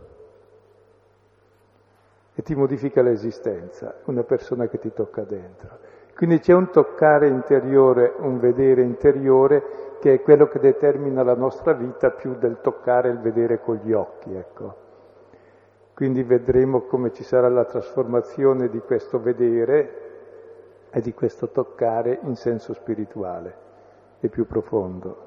e ti modifica l'esistenza, una persona che ti tocca dentro. Quindi c'è un toccare interiore, un vedere interiore, che è quello che determina la nostra vita più del toccare e il vedere con gli occhi, ecco. Quindi vedremo come ci sarà la trasformazione di questo vedere e di questo toccare in senso spirituale e più profondo.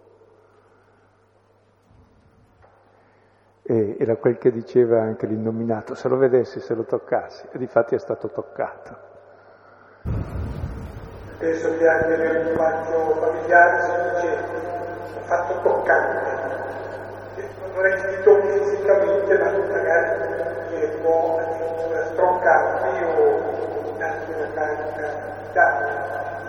E era quel che diceva anche l'innominato: se lo vedessi, se lo toccassi, e difatti è stato toccato. penso che anche nel linguaggio familiare si dice un fatto toccante, non è che ti tocchi fisicamente, ma magari che può addirittura stroncarti o darti una carica vitale.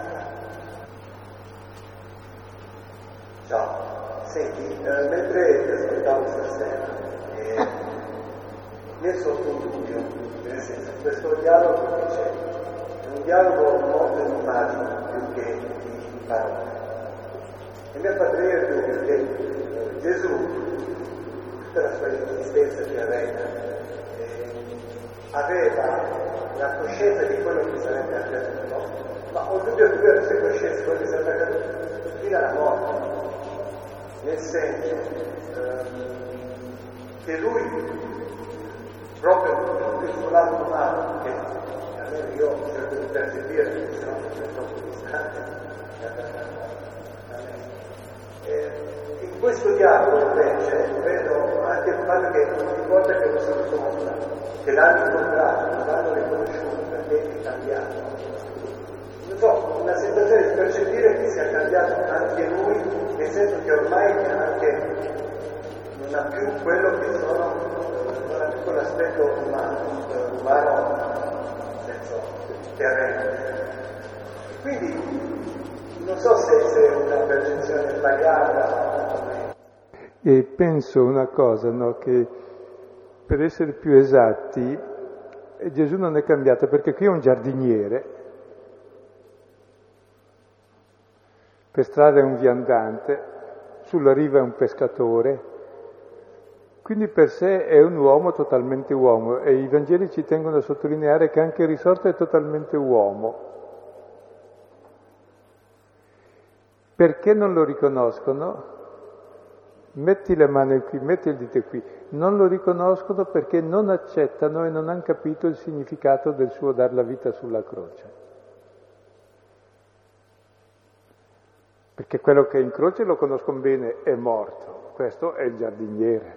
Ciao, senti, eh, mentre ti ascoltavo stasera, eh, mi è sorto un dubbio, nel senso, questo dialogo che c'è, è un dialogo molto di immagini più che di parole. E mi fa vedere più perché eh, Gesù, tutta la sua esistenza terrena, eh, aveva la coscienza di quello che sarebbe accaduto, ma ho il dubbio che lui avesse coscienza di quello che sarebbe accaduto fino alla morte. Nel senso eh, che lui, proprio tutto il suo lato umano, che almeno io cerco di percepire, perché sennò sono troppo distante da me. Eh, in questo dialogo invece vedo anche il fatto che ogni volta che lo si incontra, che l'hanno incontrato, non l'hanno riconosciuto perché è cambiato. Non so, una sensazione di percepire che sia cambiato anche lui, nel senso che ormai anche non ha più quello che sono, non ha più quell'aspetto umano, umano nel senso terreno. Quindi non so se, se è una percezione sbagliata. E penso una cosa, no, che per essere più esatti, Gesù non è cambiato perché qui è un giardiniere, per strada è un viandante, sulla riva è un pescatore, quindi per sé è un uomo totalmente uomo e i Vangeli ci tengono a sottolineare che anche il risorto è totalmente uomo. Perché non lo riconoscono? Metti le mani qui, metti il dito qui. Non lo riconoscono perché non accettano e non hanno capito il significato del suo dar la vita sulla croce. Perché quello che è in croce lo conoscono bene, è morto. Questo è il giardiniere.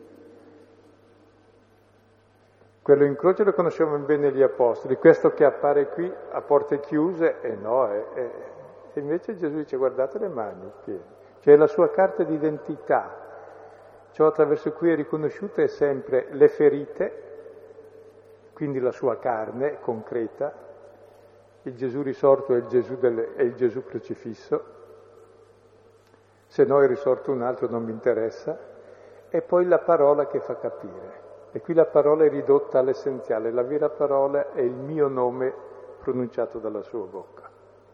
Quello in croce lo conosciamo bene gli apostoli. Questo che appare qui a porte chiuse, e eh no, è, è, e invece Gesù dice guardate le mani piene. Cioè la sua carta d'identità. Ciò attraverso cui è riconosciuta è sempre le ferite, quindi la sua carne concreta. Il Gesù risorto è il Gesù, del, è il Gesù crocifisso. Se no è risorto un altro non mi interessa, e poi la parola che fa capire. E qui la parola è ridotta all'essenziale, la vera parola è il mio nome pronunciato dalla sua bocca.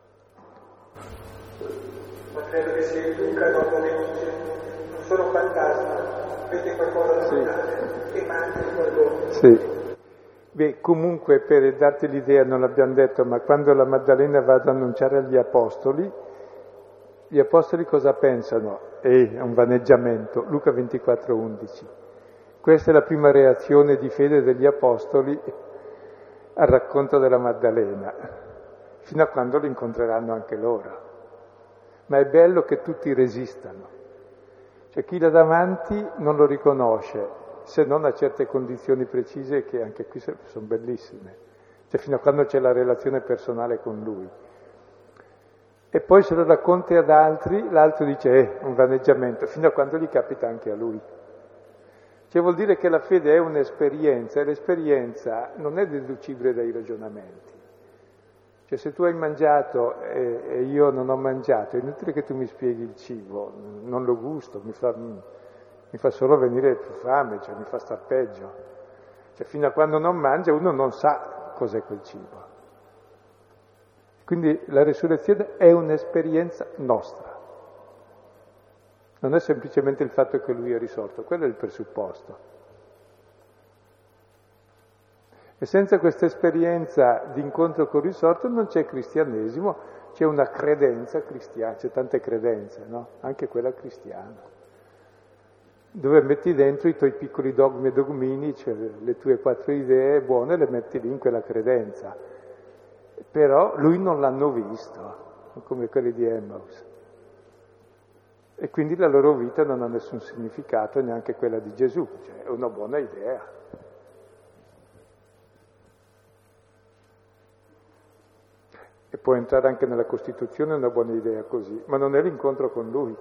Ma credo che sia in Luca dopo che dice, non sono fantasma, avete qualcosa da mangiare, e mangi qualcosa. Sì. Beh, comunque per darti l'idea, non l'abbiamo detto, ma quando la Maddalena va ad annunciare agli apostoli, gli apostoli cosa pensano? Eh, è un vaneggiamento, Luca ventiquattro undici. Questa è la prima reazione di fede degli apostoli al racconto della Maddalena, fino a quando lo incontreranno anche loro. Ma è bello che tutti resistano. Cioè chi là davanti non lo riconosce, se non a certe condizioni precise che anche qui sono bellissime. Cioè fino a quando c'è la relazione personale con lui. E poi se lo racconti ad altri, l'altro dice, eh, un vaneggiamento, fino a quando gli capita anche a lui. Cioè vuol dire che la fede è un'esperienza, e l'esperienza non è deducibile dai ragionamenti. Cioè se tu hai mangiato e, e io non ho mangiato, è inutile che tu mi spieghi il cibo, non lo gusto, mi fa, mi fa solo venire più fame, cioè mi fa star peggio. Cioè fino a quando non mangia uno non sa cos'è quel cibo. Quindi la resurrezione è un'esperienza nostra. Non è semplicemente il fatto che lui è risorto, quello è il presupposto. E senza questa esperienza di incontro col risorto non c'è cristianesimo, c'è una credenza cristiana, c'è tante credenze, no? Anche quella cristiana, dove metti dentro i tuoi piccoli dogmi e dogmini, cioè le tue quattro idee buone, le metti lì in quella credenza. Però lui non l'hanno visto, come quelli di Emmaus. E quindi la loro vita non ha nessun significato, neanche quella di Gesù, cioè è una buona idea. E può entrare anche nella Costituzione, è una buona idea così, ma non è l'incontro con Lui.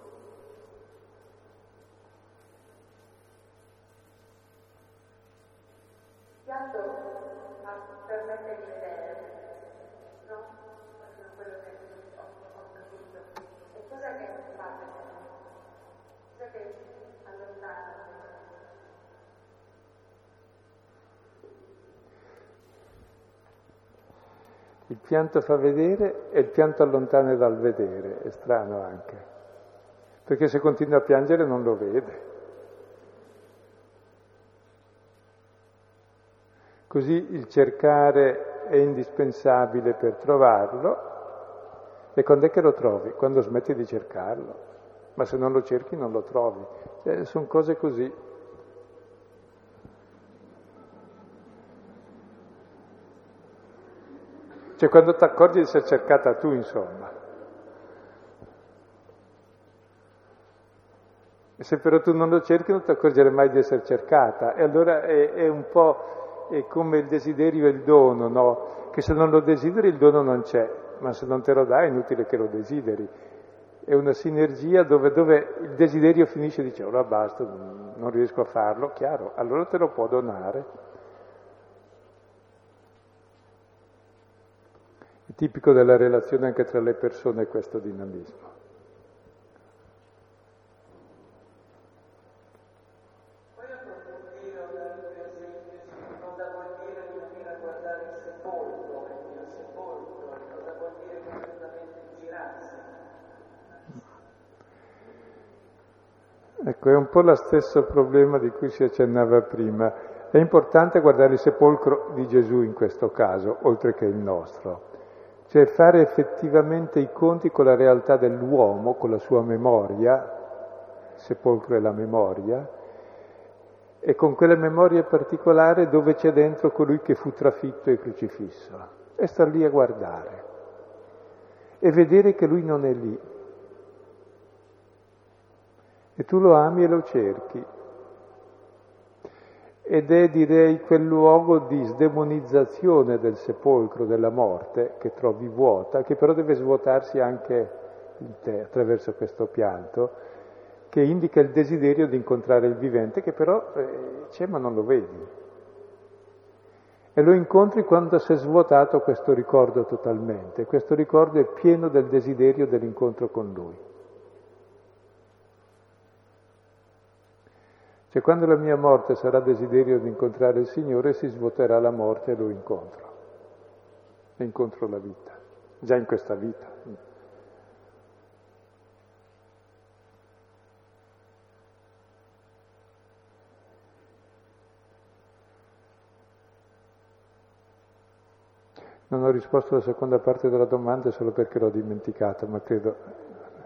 Il pianto fa vedere e il pianto allontana dal vedere, è strano anche, perché se continua a piangere non lo vede. Così il cercare è indispensabile per trovarlo, e quando è che lo trovi? Quando smetti di cercarlo, ma se non lo cerchi non lo trovi. Eh, sono cose così. Cioè quando ti accorgi di essere cercata tu, insomma. E se però tu non lo cerchi non ti accorgerai mai di essere cercata. E allora è, è un po' è come il desiderio e il dono, no? Che se non lo desideri il dono non c'è, ma se non te lo dai è inutile che lo desideri. È una sinergia dove, dove il desiderio finisce e dice ora basta, non riesco a farlo, chiaro, allora te lo può donare. È tipico della relazione anche tra le persone questo dinamismo. Poi approfondire per esempio cosa vuol dire venire a guardare il sepolcro, il sepolcro, cosa vuol dire concretamente girarsi. Ecco, è un po' lo stesso problema di cui si accennava prima. È importante guardare il sepolcro di Gesù in questo caso, oltre che il nostro. Cioè fare effettivamente i conti con la realtà dell'uomo, con la sua memoria, il sepolcro è la memoria, e con quella memoria particolare dove c'è dentro colui che fu trafitto e crocifisso. E star lì a guardare e vedere che lui non è lì. E tu lo ami e lo cerchi. Ed è, direi, quel luogo di sdemonizzazione del sepolcro, della morte, che trovi vuota, che però deve svuotarsi anche in te attraverso questo pianto, che indica il desiderio di incontrare il vivente, che però eh, c'è ma non lo vedi. E lo incontri quando si è svuotato questo ricordo totalmente. Questo ricordo è pieno del desiderio dell'incontro con Lui. Cioè quando la mia morte sarà desiderio di incontrare il Signore, si svuoterà la morte e lo incontro. E incontro la vita, già in questa vita. Non ho risposto alla seconda parte della domanda solo perché l'ho dimenticata, ma credo...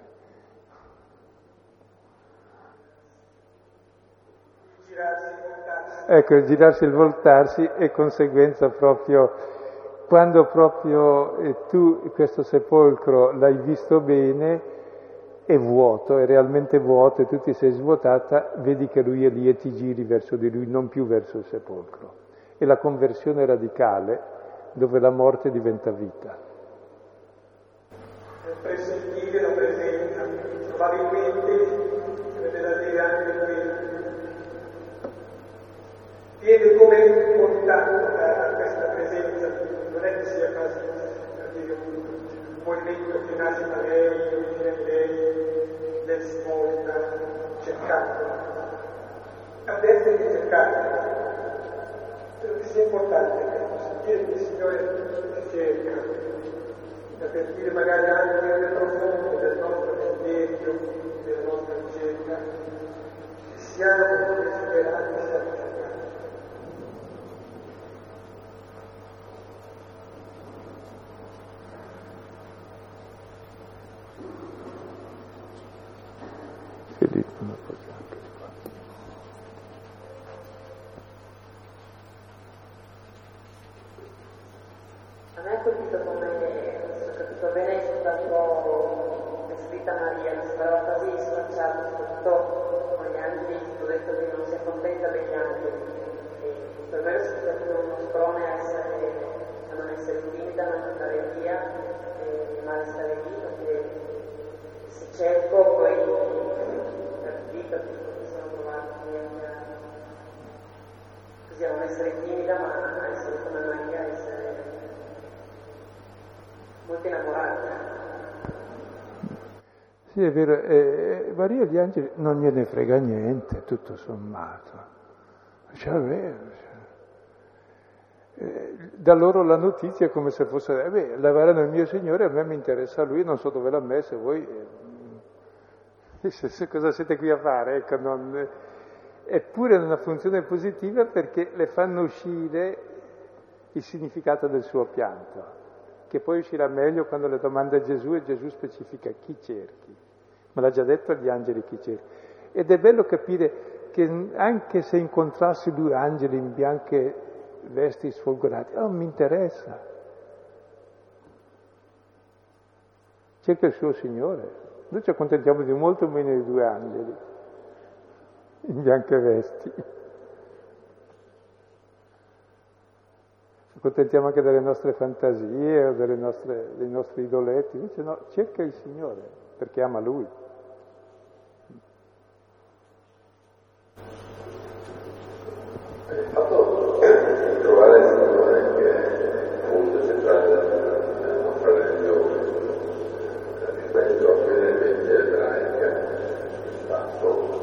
Ecco, il girarsi e il voltarsi è conseguenza proprio, quando proprio eh, tu questo sepolcro l'hai visto bene, è vuoto, è realmente vuoto e tu ti sei svuotata, vedi che lui è lì e ti giri verso di lui, non più verso il sepolcro. È la conversione radicale dove la morte diventa vita. Per sentire la presenza, probabilmente sarebbe da dire anche che viene come importante a questa presenza, non è che sia quasi per dire, un movimento che nasce da lei, viene lei, lei svolta, cercando, adesso di cercare. Credo che sia importante questo, sentire che il Signore ci cerca, per dire magari anche nel profondo del nostro desiderio, della nostra ricerca, che siamo desiderati, siamo cercati. Filippo, una cosa anche di qua. A me è colpito come, se ho capito bene, è stata un po' descritta Maria, mi sembrava quasi sfacciata, soprattutto con gli angeli, ho detto che non si accontenta degli angeli. E per me è stato uno sprone a, essere, a non essere timida, a non andare via, essere timida, ma essere come Maria, essere molto innamorata. Sì, è vero, eh, Maria gli angeli non gliene frega niente, tutto sommato. Cioè, è vero, cioè. Eh, da loro la notizia è come se fosse, eh beh, lavorano il mio Signore, a me mi interessa Lui, non so dove l'ha messo, e voi eh, se, se, cosa siete qui a fare? Ecco, non, eppure è una funzione positiva perché le fanno uscire il significato del suo pianto, che poi uscirà meglio quando le domanda a Gesù e Gesù specifica chi cerchi. Me l'ha già detto agli angeli chi cerchi. Ed è bello capire che anche se incontrassi due angeli in bianche vesti sfolgorate, non mi interessa. Cerca il suo Signore. Noi ci accontentiamo di molto meno di due angeli in bianche vesti. Ci accontentiamo anche delle nostre fantasie o delle nostre, dei nostri idoletti. Invece no, cerca il Signore, perché ama Lui. Il fatto di trovare il Signore, che è il punto centrale della nostra religione, rispetto a quelle leggi ebraiche, il fatto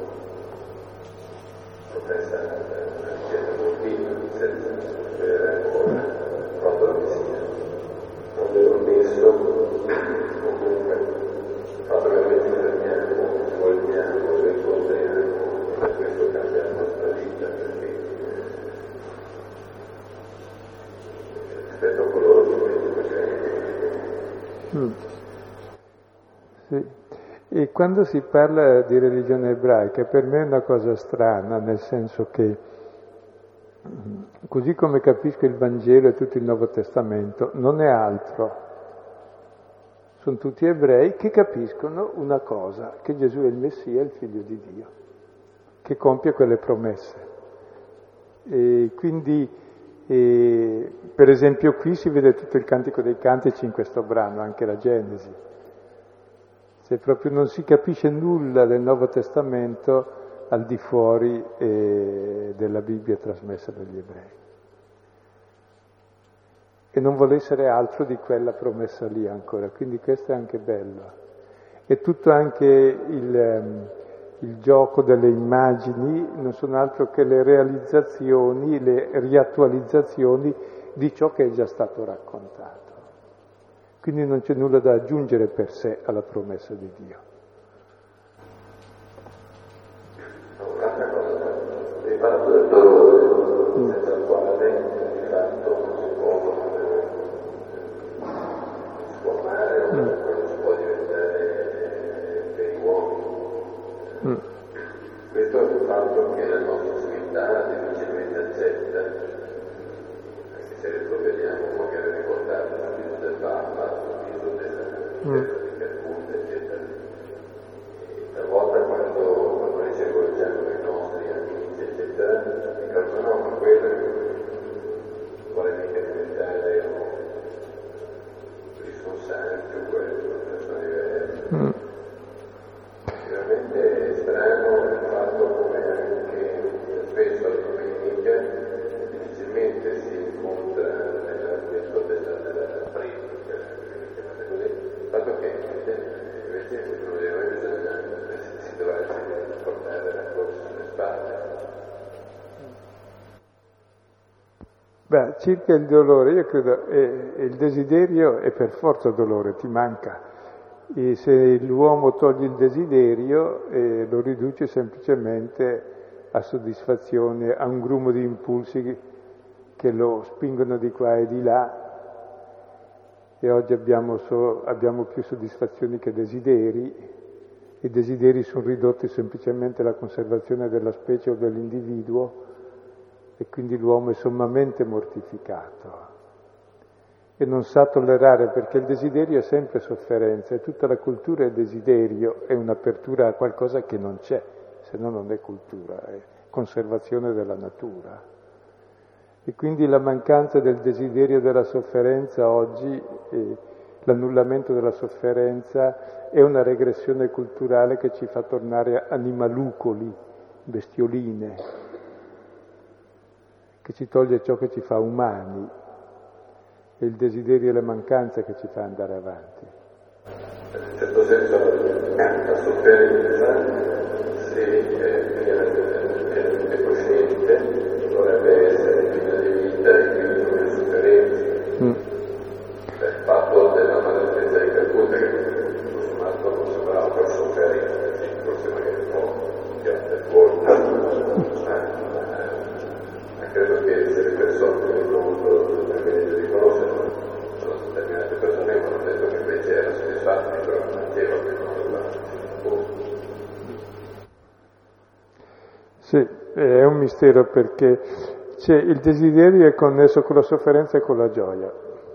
promessa che è continua, senza sapere ancora quando lo sia. Non devo messo, comunque, il fatto che noi ci fermiamo, ci voltiamo, ci incontriamo, per questo cambia la nostra vita, perché rispetto a coloro che mm. Sì. E quando si parla di religione ebraica, per me è una cosa strana, nel senso che, così come capisco il Vangelo e tutto il Nuovo Testamento, non è altro. Sono tutti ebrei che capiscono una cosa, che Gesù è il Messia, il Figlio di Dio, che compie quelle promesse. E quindi, e, per esempio, qui si vede tutto il Cantico dei Cantici in questo brano, anche la Genesi. Se proprio non si capisce nulla del Nuovo Testamento al di fuori eh, della Bibbia trasmessa dagli ebrei. E non vuole essere altro di quella promessa lì ancora, quindi questo è anche bello. E tutto anche il, um, il gioco delle immagini non sono altro che le realizzazioni, le riattualizzazioni di ciò che è già stato raccontato. Quindi non c'è nulla da aggiungere per sé alla promessa di Dio. un'altra cosa, hai fatto del dolore, senza il quale di fatto non si può, non si può amare o comunque non si può diventare dei uomini. Mm. Questo è un fatto che la nostra civiltà difficilmente accetta, anche se ritroviamo magari ricordato l'avviso del Papa, l'avviso della chiesa di Calcutta, eccetera. E talvolta quando, quando riceviamo i nostri amici, eccetera, dicono no, ma quello vuole mica diventare risponsanti o quello, persone diverse. Mm. Veramente è strano il fatto come anche spesso la domenica difficilmente si incontra nell'ambito della, della pratica, chiamate così, il fatto che invece il problema bisogna si dovrebbe portare la croce sulle spalle. Beh, circa il dolore, io credo eh, il desiderio è per forza dolore, ti manca. E se l'uomo toglie il desiderio eh, lo riduce semplicemente a soddisfazione, a un grumo di impulsi che, che lo spingono di qua e di là, e oggi abbiamo, so, abbiamo più soddisfazioni che desideri. I desideri sono ridotti semplicemente alla conservazione della specie o dell'individuo, e quindi l'uomo è sommamente mortificato e non sa tollerare, perché il desiderio è sempre sofferenza e tutta la cultura è desiderio, è un'apertura a qualcosa che non c'è, se no non è cultura, è conservazione della natura. E quindi la mancanza del desiderio della sofferenza oggi, eh, l'annullamento della sofferenza, è una regressione culturale che ci fa tornare animalucoli, bestioline, che ci toglie ciò che ci fa umani, è il desiderio e le mancanze che ci fa andare avanti. In un certo senso la sofferenza, se è cosciente, dovrebbe essere figlia di vita e quindi non è sofferenza. Mm. Il fatto della malattia di Calcutta, che tutto sommato non sembrava per sofferenza, forse magari un po' piatta e forte, ma credo che le persone che hanno avuto la grazia di conoscere sono determinate persone che hanno detto che invece era soddisfatto di quello che faceva, che non aveva risposto. Sì, è un mistero perché c'è il desiderio è connesso con la sofferenza e con la gioia,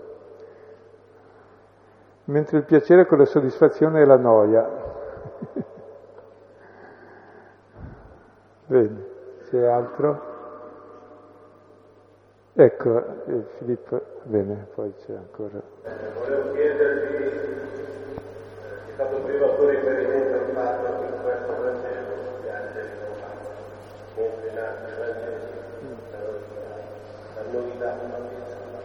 mentre il piacere con la soddisfazione e la noia. Vedi, c'è altro? Ecco, eh, Filippo, bene, poi c'è ancora. Eh, volevo chiedervi, eh, è stato prima tu riferimento al fatto che in questo Vangelo gli angeli non vanno confinati i Vangeli, la novità non iniziale.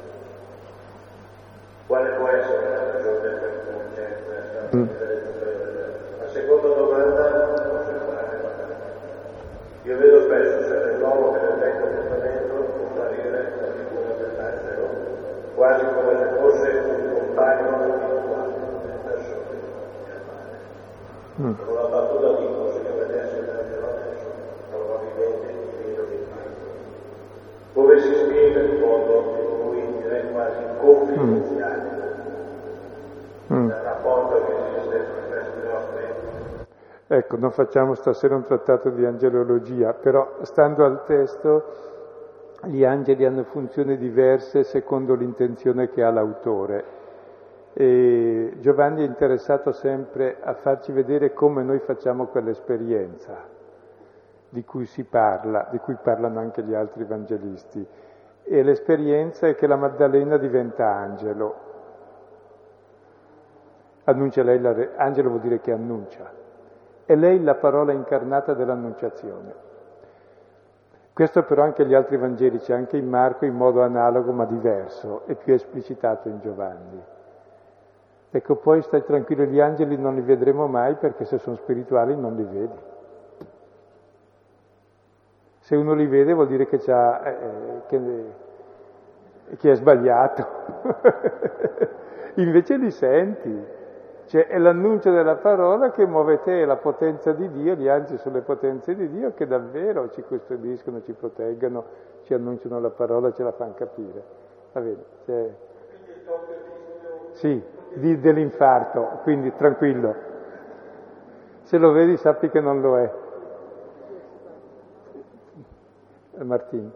Quale può essere la ragione per cui c'è questa differenza? La seconda domanda non si fare, io vedo spesso sia nel Nuovo che nel Vecchio Testamento comparire la figura dell'angelo, quasi come se fosse un compagno spirituale delle persone che amare. Mm. Con una battuta dico, se io vedessi l'angelo adesso, probabilmente mi vedo di più. Dove si spiega il modo in cui direi quasi confidenziale mm. del rapporto che esiste tra questi nostri. Ecco, non facciamo stasera un trattato di angelologia, però stando al testo gli angeli hanno funzioni diverse secondo l'intenzione che ha l'autore. E Giovanni è interessato sempre a farci vedere come noi facciamo quell'esperienza di cui si parla, di cui parlano anche gli altri evangelisti. E l'esperienza è che la Maddalena diventa angelo. Annuncia lei la re... Angelo vuol dire che annuncia. È lei la parola incarnata dell'annunciazione. Questo però anche gli altri Vangeli, c'è anche in Marco in modo analogo ma diverso, e più esplicitato in Giovanni. Ecco, poi stai tranquillo, gli angeli non li vedremo mai perché se sono spirituali non li vedi. Se uno li vede vuol dire che, c'ha, eh, che, che è sbagliato. Invece li senti. Cioè è l'annuncio della parola che muove te, la potenza di Dio, gli angeli sono le potenze di Dio che davvero ci custodiscono, ci proteggono, ci annunciano la parola, ce la fanno capire. Va bene, cioè... Sì, di, dell'infarto, quindi tranquillo. Se lo vedi sappi che non lo è. Martino.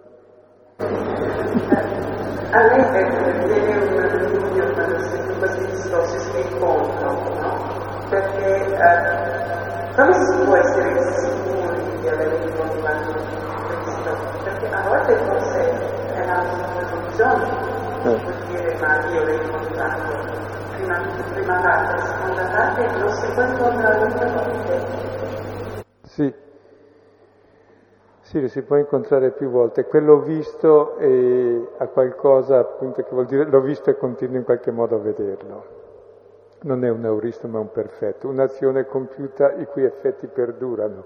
A me viene un dubbio quando sento questi discorsi si incontrano, no? Perché eh, come si può essere sicuri di aver incontrato Cristo? Perché a volte forse è una soluzione, vuol dire ma io l'ho incontrato, prima, prima parte, seconda parte, non si può incontrare molte volte. Sì. Sì, si può incontrare più volte. Quello visto è, ha qualcosa, appunto, che vuol dire l'ho visto e continuo in qualche modo a vederlo. Non è un auristo, ma un perfetto. Un'azione compiuta i cui effetti perdurano.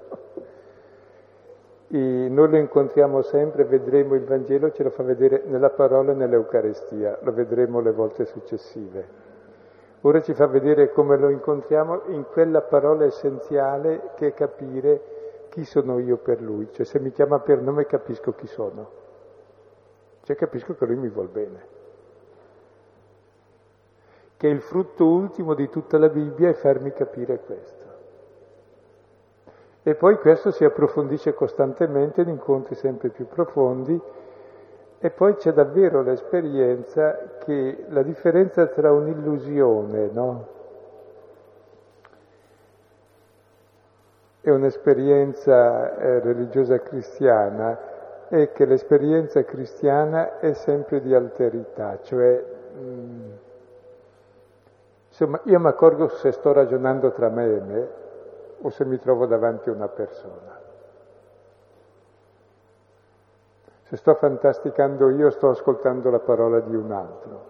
E noi lo incontriamo sempre, vedremo il Vangelo, ce lo fa vedere nella parola e nell'Eucarestia. Lo vedremo le volte successive. Ora ci fa vedere come lo incontriamo in quella parola essenziale che è capire chi sono io per lui, cioè se mi chiama per nome capisco chi sono, cioè capisco che lui mi vuol bene, che il frutto ultimo di tutta la Bibbia è farmi capire questo. E poi questo si approfondisce costantemente in incontri sempre più profondi e poi c'è davvero l'esperienza che la differenza tra un'illusione, no? E un'esperienza eh, religiosa cristiana è che l'esperienza cristiana è sempre di alterità, cioè mh, insomma io mi accorgo se sto ragionando tra me e me o se mi trovo davanti a una persona. Se sto fantasticando io, sto ascoltando la parola di un altro.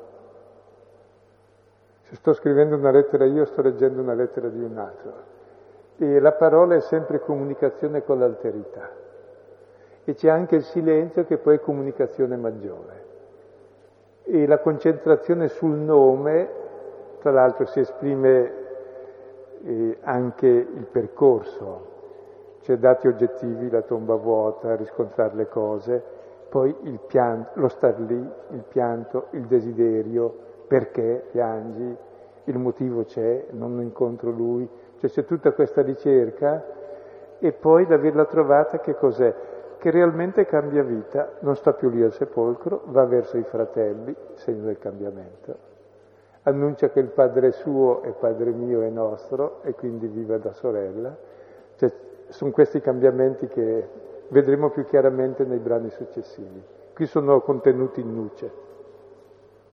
Se sto scrivendo una lettera io, sto leggendo una lettera di un altro. E la parola è sempre comunicazione con l'alterità. E c'è anche il silenzio che poi è comunicazione maggiore. E la concentrazione sul nome, tra l'altro si esprime eh, anche il percorso, cioè dati oggettivi, la tomba vuota, riscontrare le cose, poi il pianto, lo star lì, il pianto, il desiderio, perché piangi, il motivo c'è, non incontro lui, cioè c'è tutta questa ricerca e poi l'averla trovata che cos'è? Che realmente cambia vita, non sta più lì al sepolcro, va verso i fratelli, segno del cambiamento, annuncia che il padre suo è padre mio e nostro e quindi vive da sorella, cioè, sono questi cambiamenti che vedremo più chiaramente nei brani successivi. Qui sono contenuti in nuce.